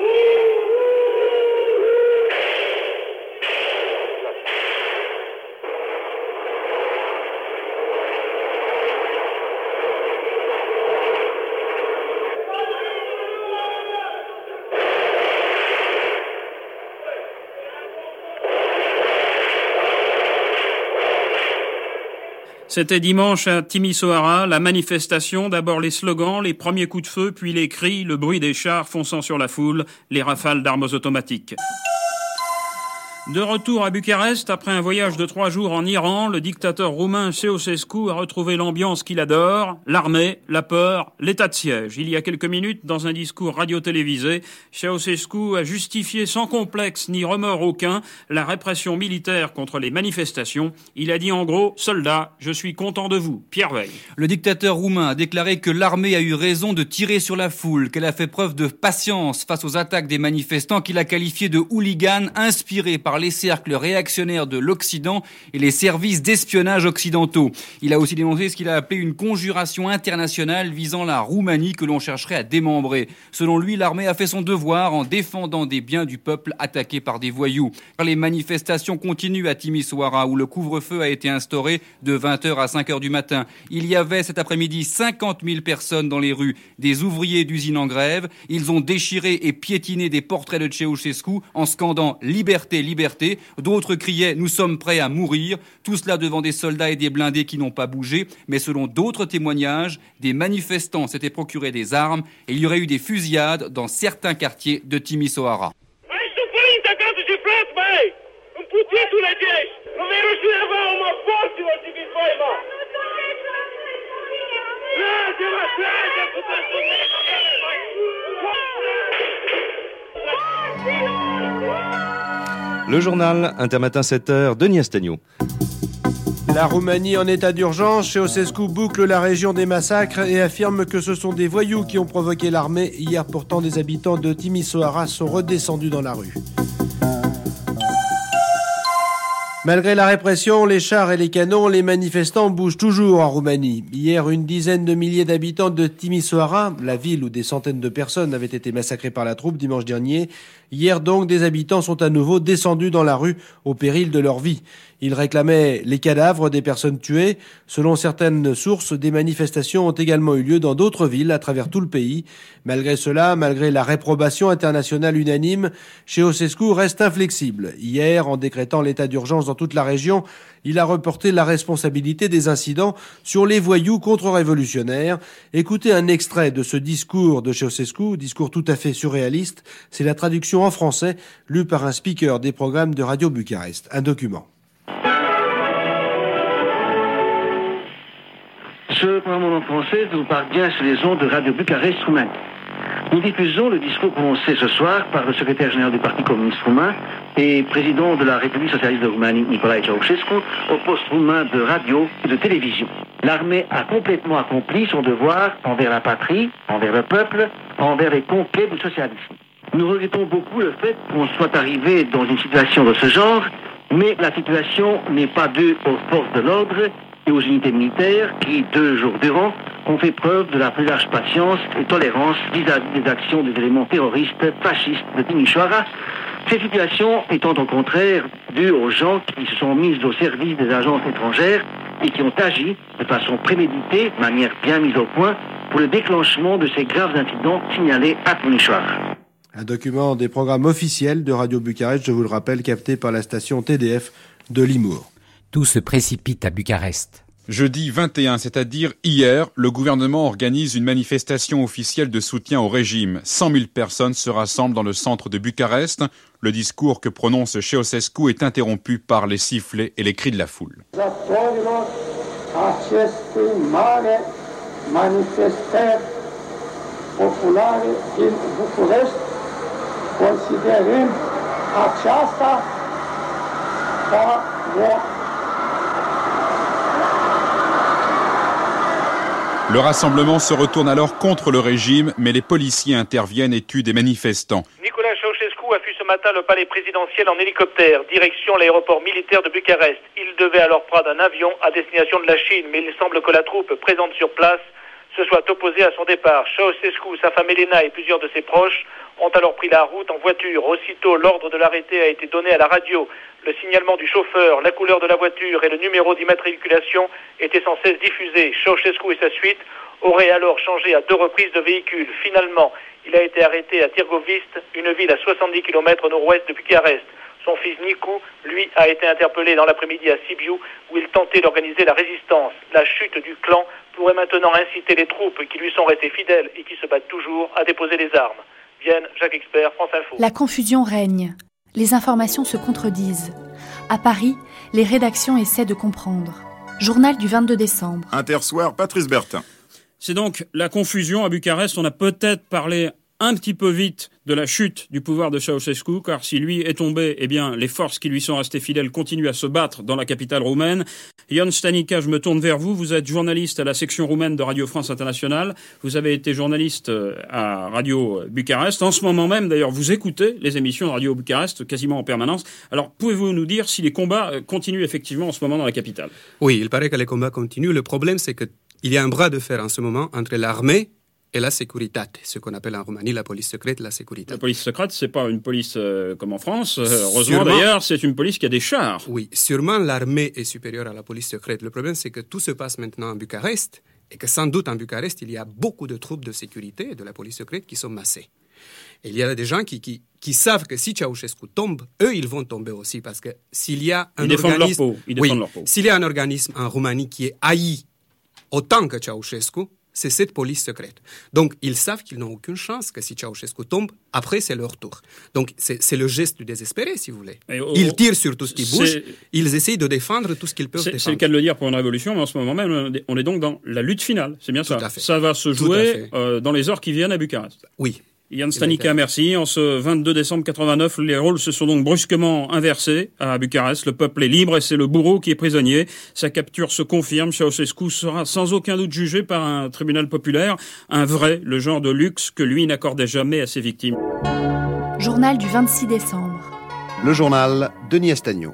H: C'était dimanche à Timișoara, la manifestation, d'abord les slogans, les premiers coups de feu, puis les cris, le bruit des chars fonçant sur la foule, les rafales d'armes automatiques. De retour à Bucarest, après un voyage de trois jours en Iran, le dictateur roumain Ceausescu a retrouvé l'ambiance qu'il adore, l'armée, la peur, l'état de siège. Il y a quelques minutes, dans un discours radio-télévisé, Ceausescu a justifié sans complexe ni remords aucun la répression militaire contre les manifestations. Il a dit en gros, soldats, je suis content de vous. Pierre Veil.
I: Le dictateur roumain a déclaré que l'armée a eu raison de tirer sur la foule, qu'elle a fait preuve de patience face aux attaques des manifestants qu'il a qualifiés de hooligans inspirés par les cercles réactionnaires de l'Occident et les services d'espionnage occidentaux. Il a aussi dénoncé ce qu'il a appelé une conjuration internationale visant la Roumanie que l'on chercherait à démembrer. Selon lui, l'armée a fait son devoir en défendant des biens du peuple attaqués par des voyous. Les manifestations continuent à Timișoara où le couvre-feu a été instauré de vingt heures à cinq heures du matin. Il y avait cet après-midi cinquante mille personnes dans les rues, des ouvriers d'usines en grève. Ils ont déchiré et piétiné des portraits de Ceausescu en scandant « Liberté, liberté ». D'autres criaient « Nous sommes prêts à mourir ». Tout cela devant des soldats et des blindés qui n'ont pas bougé. Mais selon d'autres témoignages, des manifestants s'étaient procurés des armes et il y aurait eu des fusillades dans certains quartiers de Timișoara.
M: Le journal Intermatin sept heures, Denis Astagnaud.
N: La Roumanie en état d'urgence, Ceausescu boucle la région des massacres et affirme que ce sont des voyous qui ont provoqué l'armée. Hier pourtant, des habitants de Timișoara sont redescendus dans la rue. Malgré la répression, les chars et les canons, les manifestants bougent toujours en Roumanie. Hier, une dizaine de milliers d'habitants de Timișoara, la ville où des centaines de personnes avaient été massacrées par la troupe dimanche dernier. Hier donc, des habitants sont à nouveau descendus dans la rue au péril de leur vie. Ils réclamaient les cadavres des personnes tuées. Selon certaines sources, des manifestations ont également eu lieu dans d'autres villes à travers tout le pays. Malgré cela, malgré la réprobation internationale unanime, Ceausescu reste inflexible. Hier, en décrétant l'état d'urgence dans toute la région, il a reporté la responsabilité des incidents sur les voyous contre-révolutionnaires. Écoutez un extrait de ce discours de Ceausescu, discours tout à fait surréaliste. C'est la traduction en français, lue par un speaker des programmes de Radio Bucarest. Un document.
O: Ce programme en français vous parle bien sur les ondes de Radio Bucarest Roumanie. Nous diffusons le discours prononcé ce soir par le secrétaire général du Parti communiste roumain et président de la République socialiste de Roumanie, Nicolae Ceausescu, au poste roumain de radio et de télévision. L'armée a complètement accompli son devoir envers la patrie, envers le peuple, envers les conquêtes du socialisme. Nous regrettons beaucoup le fait qu'on soit arrivé dans une situation de ce genre, mais la situation n'est pas due aux forces de l'ordre et aux unités militaires qui, deux jours durant, ont fait preuve de la plus large patience et tolérance vis-à-vis des actions des éléments terroristes fascistes de Timișoara. Ces situations étant au contraire dues aux gens qui se sont mis au service des agences étrangères et qui ont agi de façon préméditée, de manière bien mise au point, pour le déclenchement de ces graves incidents signalés à Timișoara.
N: Un document des programmes officiels de Radio Bucarest, je vous le rappelle, capté par la station T D F de Limours.
B: Tout se précipite à Bucarest.
Q: Jeudi vingt et un, c'est-à-dire hier, le gouvernement organise une manifestation officielle de soutien au régime. cent mille personnes se rassemblent dans le centre de Bucarest. Le discours que prononce Ceausescu est interrompu par les sifflets et les cris de la foule. Le rassemblement se retourne alors contre le régime, mais les policiers interviennent et tuent des manifestants.
P: Nicolas Ceausescu a fui ce matin le palais présidentiel en hélicoptère, direction l'aéroport militaire de Bucarest. Il devait alors prendre un avion à destination de la Chine, mais il semble que la troupe présente sur place se soit opposée à son départ. Ceausescu, sa femme Elena et plusieurs de ses proches ont alors pris la route en voiture. Aussitôt, l'ordre de l'arrêté a été donné à la radio. Le signalement du chauffeur, la couleur de la voiture et le numéro d'immatriculation étaient sans cesse diffusés. Ceausescu et sa suite auraient alors changé à deux reprises de véhicule. Finalement, il a été arrêté à Târgoviste, une ville à soixante-dix kilomètres au nord-ouest de Bucarest. Son fils Nicu, lui, a été interpellé dans l'après-midi à Sibiu, où il tentait d'organiser la résistance. La chute du clan pourrait maintenant inciter les troupes qui lui sont restées fidèles et qui se battent toujours à déposer les armes. Vienne, Jacques Expert, France Info.
A: La confusion règne. Les informations se contredisent. À Paris, les rédactions essaient de comprendre. Journal du vingt-deux décembre.
S: Intersoir, Patrice Bertin.
H: C'est donc la confusion à Bucarest. On a peut-être parlé un petit peu vite de la chute du pouvoir de Ceausescu, car si lui est tombé, eh bien, les forces qui lui sont restées fidèles continuent à se battre dans la capitale roumaine. Ion Stanica, je me tourne vers vous. Vous êtes journaliste à la section roumaine de Radio France Internationale. Vous avez été journaliste à Radio Bucarest. En ce moment même, d'ailleurs, vous écoutez les émissions de Radio Bucarest quasiment en permanence. Alors, pouvez-vous nous dire si les combats continuent effectivement en ce moment dans la capitale?
U: Oui, il paraît que les combats continuent. Le problème, c'est qu'il y a un bras de fer en ce moment entre l'armée et la sécurité, ce qu'on appelle en Roumanie la police secrète, la sécurité.
H: La police secrète, c'est pas une police euh, comme en France. Euh, heureusement, sûrement, d'ailleurs, c'est une police qui a des chars.
U: Oui, sûrement l'armée est supérieure à la police secrète. Le problème, c'est que tout se passe maintenant à Bucarest et que sans doute en Bucarest, il y a beaucoup de troupes de sécurité et de la police secrète qui sont massées. Et il y a des gens qui, qui, qui savent que si Ceausescu tombe, eux, ils vont tomber aussi parce que s'il y a un
H: ils
U: organisme...
H: Défendent leur peau. Ils défendent
U: oui,
H: leur peau.
U: S'il y a un organisme en Roumanie qui est haï autant que Ceausescu, c'est cette police secrète. Donc, ils savent qu'ils n'ont aucune chance que si Ceausescu tombe, après, c'est leur tour. Donc, c'est, c'est le geste du désespéré, si vous voulez. Oh, ils tirent sur tout ce qui bouge, ils essayent de défendre tout ce qu'ils peuvent
H: c'est,
U: défendre.
H: C'est le cas de le dire pour une révolution, mais en ce moment même, on est donc dans la lutte finale. C'est bien
U: tout
H: ça.
U: À fait.
H: Ça va se jouer euh, dans les heures qui viennent à Bucarest.
U: Oui.
H: Ion Stanica, merci. En ce vingt-deux décembre quatre-vingt-neuf, les rôles se sont donc brusquement inversés à Bucarest. Le peuple est libre et c'est le bourreau qui est prisonnier. Sa capture se confirme. Ceausescu sera sans aucun doute jugé par un tribunal populaire. Un vrai, le genre de luxe que lui n'accordait jamais à ses victimes.
A: Journal du vingt-six décembre.
M: Le journal, Denis Estagno.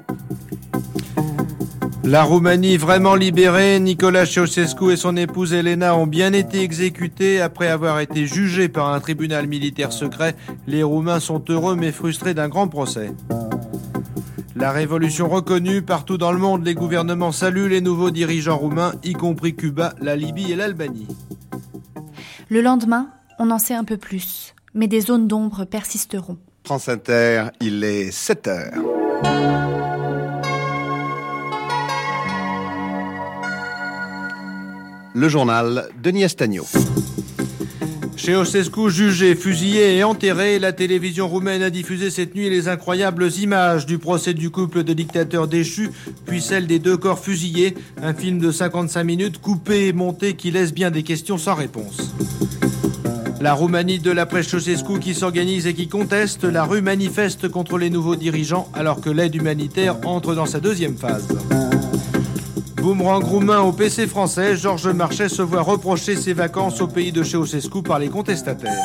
T: La Roumanie vraiment libérée, Nicolae Ceausescu et son épouse Elena ont bien été exécutés après avoir été jugés par un tribunal militaire secret. Les Roumains sont heureux mais frustrés d'un grand procès. La révolution reconnue, partout dans le monde, les gouvernements saluent les nouveaux dirigeants roumains, y compris Cuba, la Libye et l'Albanie.
A: Le lendemain, on en sait un peu plus, mais des zones d'ombre persisteront.
M: France Inter, il est sept heures. Le journal, Denis Estagno.
T: Ceausescu jugé, fusillé et enterré, la télévision roumaine a diffusé cette nuit les incroyables images du procès du couple de dictateurs déchus, puis celle des deux corps fusillés, un film de cinquante-cinq minutes coupé et monté qui laisse bien des questions sans réponse. La Roumanie de l'après-Ceausescu qui s'organise et qui conteste, la rue manifeste contre les nouveaux dirigeants alors que l'aide humanitaire entre dans sa deuxième phase. Boomerang roumain au P C français, Georges Marchais se voit reprocher ses vacances au pays de Ceausescu par les contestataires.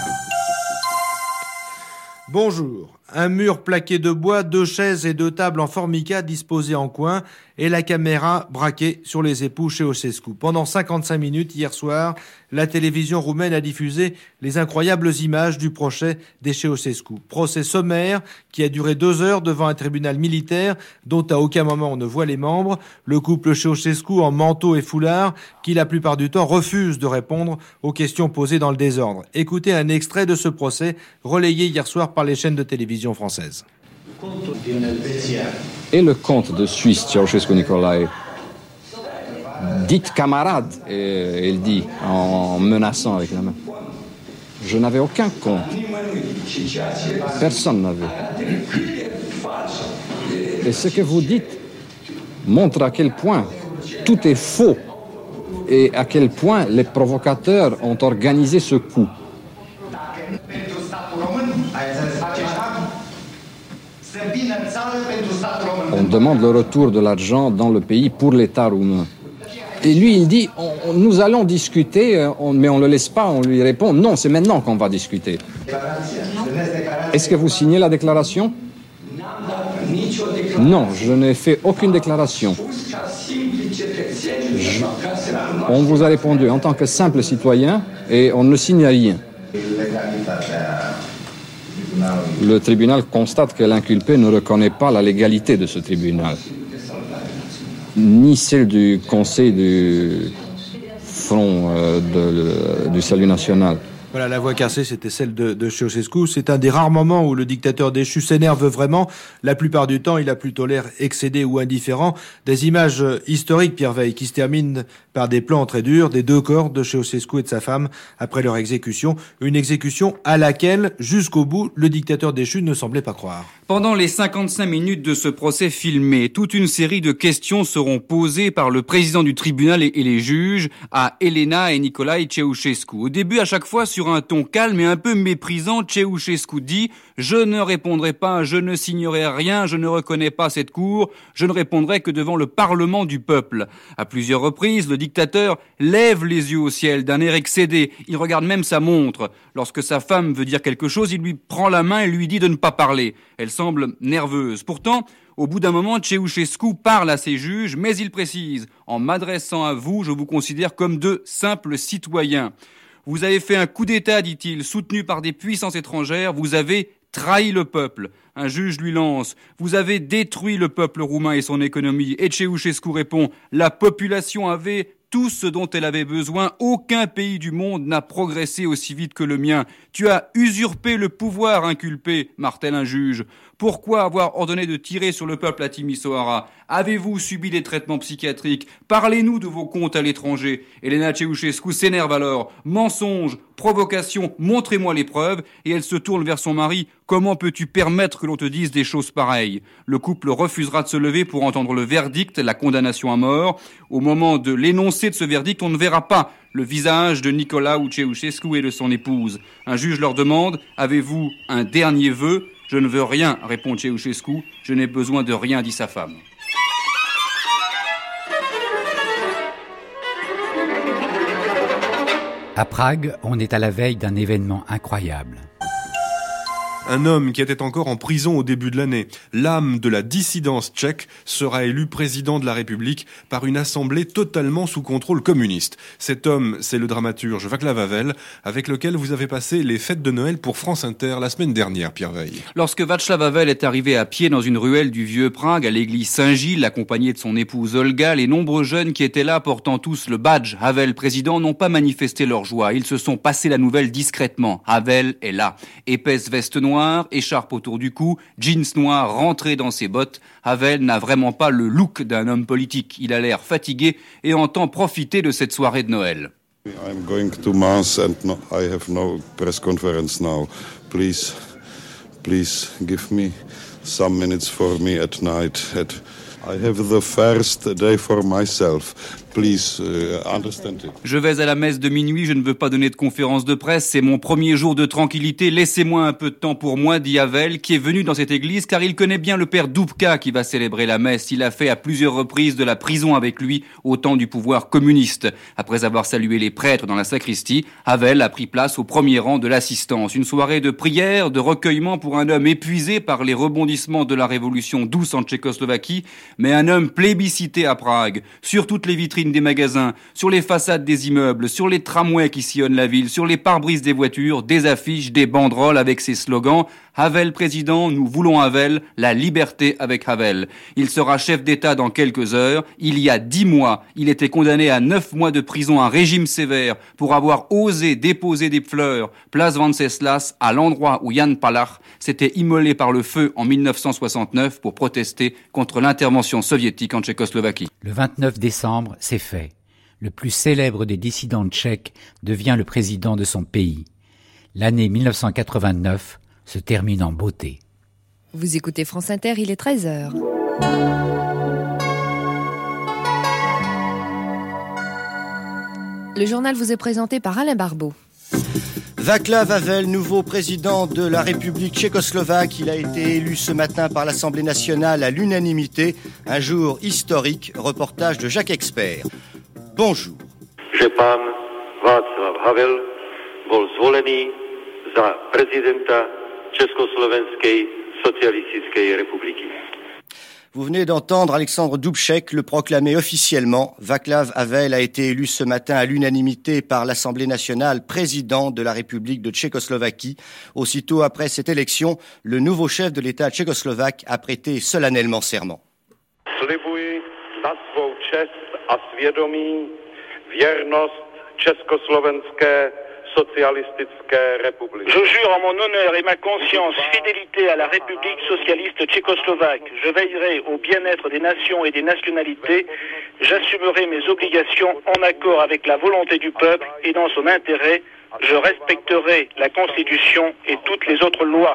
T: Bonjour. Un mur plaqué de bois, deux chaises et deux tables en formica disposées en coin et la caméra braquée sur les époux Ceausescu. Pendant cinquante-cinq minutes hier soir, la télévision roumaine a diffusé les incroyables images du procès des Ceausescu. Procès sommaire qui a duré deux heures devant un tribunal militaire dont à aucun moment on ne voit les membres. Le couple Ceausescu en manteau et foulard qui la plupart du temps refuse de répondre aux questions posées dans le désordre. Écoutez un extrait de ce procès relayé hier soir par les chaînes de télévision française.
V: Et le comte de Suisse, Ceausescu Nicolae, dites camarade, et il dit en menaçant avec la main. Je n'avais aucun compte. Personne n'avait. Et ce que vous dites montre à quel point tout est faux et à quel point les provocateurs ont organisé ce coup. On demande le retour de l'argent dans le pays pour l'État roumain. Et lui, il dit, on, on, nous allons discuter, on, mais on ne le laisse pas, on lui répond, non, c'est maintenant qu'on va discuter. Est-ce que vous signez la déclaration ? Non, je n'ai fait aucune déclaration. Je, on vous a répondu en tant que simple citoyen et on ne signe rien. Le tribunal constate que l'inculpé ne reconnaît pas la légalité de ce tribunal, ni celle du Conseil du Front euh, de, du Salut National.
N: Voilà, la voix cassée, c'était celle de, de Ceausescu. C'est un des rares moments où le dictateur déchu s'énerve vraiment. La plupart du temps, il a plutôt l'air excédé ou indifférent. Des images historiques, Pierre Veille, qui se terminent par des plans très durs des deux corps de Ceausescu et de sa femme après leur exécution. Une exécution à laquelle, jusqu'au bout, le dictateur déchu ne semblait pas croire.
I: Pendant les cinquante-cinq minutes de ce procès filmé, toute une série de questions seront posées par le président du tribunal et les juges à Elena et Nicolae Ceausescu. Au début, à chaque fois, sur un ton calme et un peu méprisant, Ceausescu dit « Je ne répondrai pas, je ne signerai rien, je ne reconnais pas cette cour, je ne répondrai que devant le Parlement du peuple ». À plusieurs reprises, le dictateur lève les yeux au ciel d'un air excédé. Il regarde même sa montre. Lorsque sa femme veut dire quelque chose, il lui prend la main et lui dit de ne pas parler. Elle semble nerveuse. Pourtant, au bout d'un moment, Ceausescu parle à ses juges, mais il précise « En m'adressant à vous, je vous considère comme de simples citoyens. Vous avez fait un coup d'État, dit-il, soutenu par des puissances étrangères. Vous avez trahi le peuple. » Un juge lui lance « Vous avez détruit le peuple roumain et son économie. » Et Ceausescu répond « La population avait tout ce dont elle avait besoin. Aucun pays du monde n'a progressé aussi vite que le mien. Tu as usurpé le pouvoir, inculpé, martèle un juge. Pourquoi avoir ordonné de tirer sur le peuple à Timisoara? Avez-vous subi des traitements psychiatriques? Parlez-nous de vos comptes à l'étranger. Elena Ceausescu s'énerve alors. Mensonge, provocation, montrez-moi les preuves. Et elle se tourne vers son mari. Comment peux-tu permettre que l'on te dise des choses pareilles? Le couple refusera de se lever pour entendre le verdict, la condamnation à mort. Au moment de l'énoncé de ce verdict, on ne verra pas le visage de Nicolae Ceausescu et de son épouse. Un juge leur demande « Avez-vous un dernier vœu ?» « Je ne veux rien, répond Ceausescu. Je n'ai besoin de rien, dit sa femme.
B: À Prague, on est à la veille d'un événement incroyable.
M: Un homme qui était encore en prison au début de l'année, l'âme de la dissidence tchèque, sera élu président de la République par une assemblée totalement sous contrôle communiste. Cet homme, c'est le dramaturge Václav Havel, avec lequel vous avez passé les fêtes de Noël pour France Inter la semaine dernière, Pierre Veille.
I: Lorsque Václav Havel est arrivé à pied dans une ruelle du vieux Prague, à l'église Saint-Gilles, accompagné de son épouse Olga, les nombreux jeunes qui étaient là portant tous le badge Havel président n'ont pas manifesté leur joie. Ils se sont passés la nouvelle discrètement. Havel est là. Épaisse veste noire, écharpe autour du cou, jeans noirs rentrés dans ses bottes. Havel n'a vraiment pas le look d'un homme politique. Il a l'air fatigué et entend profiter de cette soirée de Noël.
C: I'm going to mass and no, I have no press conference now. Please, please give me some minutes for me at night. At, I have the first day for myself. Please uh, understand it.
I: Je vais à la messe de minuit, je ne veux pas donner de conférence de presse, c'est mon premier jour de tranquillité, laissez-moi un peu de temps pour moi, dit Havel, qui est venu dans cette église car il connaît bien le père Dubka qui va célébrer la messe. Il a fait à plusieurs reprises de la prison avec lui au temps du pouvoir communiste. Après avoir salué les prêtres dans la sacristie, Havel a pris place au premier rang de l'assistance. Une soirée de prière, de recueillement pour un homme épuisé par les rebondissements de la révolution douce en Tchécoslovaquie, mais un homme plébiscité à Prague, sur toutes les vitrines des magasins, sur les façades des immeubles, sur les tramways qui sillonnent la ville, sur les pare-brises des voitures, des affiches, des banderoles avec ces slogans « Havel président, nous voulons Havel, la liberté avec Havel ». Il sera chef d'État dans quelques heures. Il y a dix mois, il était condamné à neuf mois de prison, un régime sévère, pour avoir osé déposer des fleurs, place Venceslas, à l'endroit où Jan Palach s'était immolé par le feu en mille neuf cent soixante-neuf pour protester contre l'intervention soviétique en Tchécoslovaquie.
B: Le vingt-neuf décembre, c'est fait. Le plus célèbre des dissidents tchèques devient le président de son pays. L'année mille neuf cent quatre-vingt-neuf se termine en beauté.
R: Vous écoutez France Inter, il est treize heures. Le journal vous est présenté par Alain Barbeau.
Y: Václav Havel, nouveau président de la République tchécoslovaque, il a été élu ce matin par l'Assemblée nationale à l'unanimité. Un jour historique, reportage de Jacques Expert. Bonjour.
S: Že pán Václav Havel bol zvolený za prezidenta Československej socialistickej republiky.
Y: Vous venez d'entendre Alexandre Dubček le proclamer officiellement. Václav Havel a été élu ce matin à l'unanimité par l'Assemblée nationale président de la République de Tchécoslovaquie. Aussitôt après cette élection, le nouveau chef de l'État tchécoslovaque a prêté solennellement serment.
S: Slibuji na svou čest a svědomí věrnost československé Socialistické republiky.
P: Je jure en mon honneur et ma conscience fidélité à la République socialiste tchécoslovaque. Je veillerai au bien-être des nations et des nationalités. J'assumerai mes obligations en accord avec la volonté du peuple et dans son intérêt. Je respecterai la Constitution et toutes les autres lois.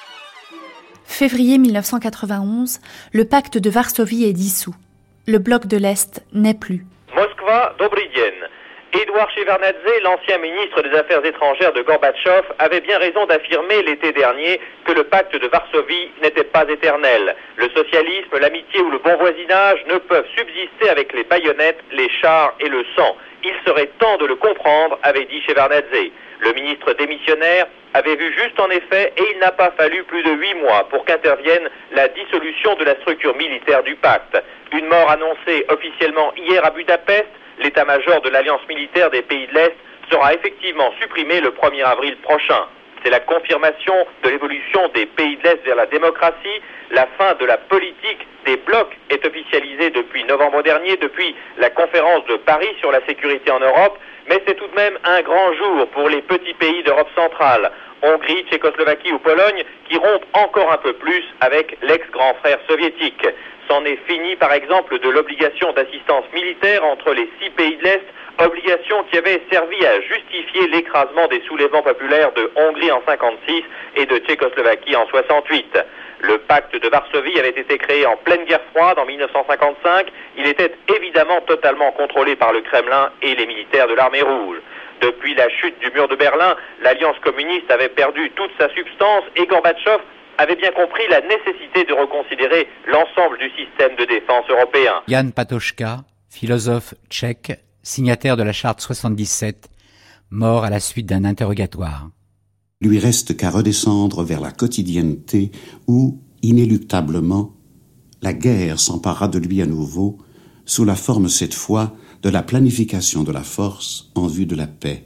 A: Février mille neuf cent quatre-vingt-onze, le pacte de Varsovie est dissous. Le bloc de l'Est n'est plus.
D: Moskva, Dobrý den. Édouard Shevardnadze, l'ancien ministre des Affaires étrangères de Gorbatchev, avait bien raison d'affirmer l'été dernier que le pacte de Varsovie n'était pas éternel. Le socialisme, l'amitié ou le bon voisinage ne peuvent subsister avec les baïonnettes, les chars et le sang. Il serait temps de le comprendre, avait dit Shevardnadze. Le ministre démissionnaire avait vu juste en effet et il n'a pas fallu plus de huit mois pour qu'intervienne la dissolution de la structure militaire du pacte. Une mort annoncée officiellement hier à Budapest, l'état-major de l'Alliance militaire des pays de l'Est sera effectivement supprimé le premier avril prochain. C'est la confirmation de l'évolution des pays de l'Est vers la démocratie. La fin de la politique des blocs est officialisée depuis novembre dernier, depuis la conférence de Paris sur la sécurité en Europe. Mais c'est tout de même un grand jour pour les petits pays d'Europe centrale, Hongrie, Tchécoslovaquie ou Pologne, qui rompent encore un peu plus avec l'ex-grand frère soviétique. C'en est fini, par exemple, de l'obligation d'assistance militaire entre les six pays de l'Est, obligation qui avait servi à justifier l'écrasement des soulèvements populaires de Hongrie en cinquante-six et de Tchécoslovaquie en soixante-huit. Le pacte de Varsovie avait été créé en pleine guerre froide en mille neuf cent cinquante-cinq. Il était évidemment totalement contrôlé par le Kremlin et les militaires de l'armée rouge. Depuis la chute du mur de Berlin, l'alliance communiste avait perdu toute sa substance et Gorbatchev avait bien compris la nécessité de reconsidérer l'ensemble du système de défense européen.
B: Jan Patočka, philosophe tchèque, signataire de la charte soixante-dix-sept, mort à la suite d'un interrogatoire.
E: Lui reste qu'à redescendre vers la quotidienneté où, inéluctablement, la guerre s'emparera de lui à nouveau, sous la forme cette fois de la planification de la force en vue de la paix.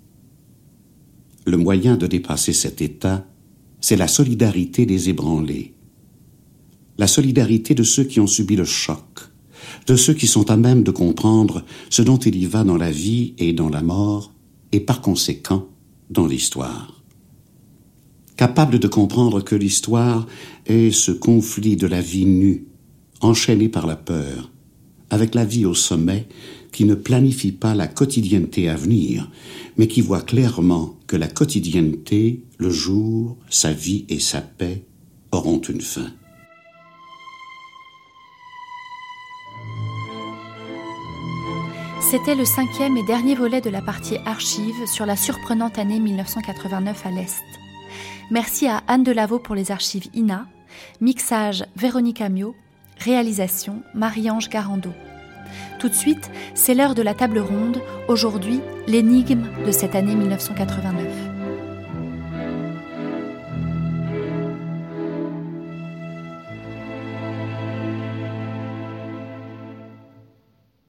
E: Le moyen de dépasser cet état, c'est la solidarité des ébranlés, la solidarité de ceux qui ont subi le choc, de ceux qui sont à même de comprendre ce dont il y va dans la vie et dans la mort, et par conséquent dans l'histoire. Capable de comprendre que l'histoire est ce conflit de la vie nue, enchaînée par la peur, avec la vie au sommet, qui ne planifie pas la quotidienneté à venir, mais qui voit clairement que la quotidienneté, le jour, sa vie et sa paix auront une fin.
A: C'était le cinquième et dernier volet de la partie archives sur la surprenante année mille neuf cent quatre-vingt-neuf à l'Est. Merci à Anne Delaveau pour les archives I N A, mixage Véronique Amiot, réalisation Marie-Ange Garando. Tout de suite, c'est l'heure de la table ronde, aujourd'hui l'énigme de cette année mille neuf cent quatre-vingt-neuf.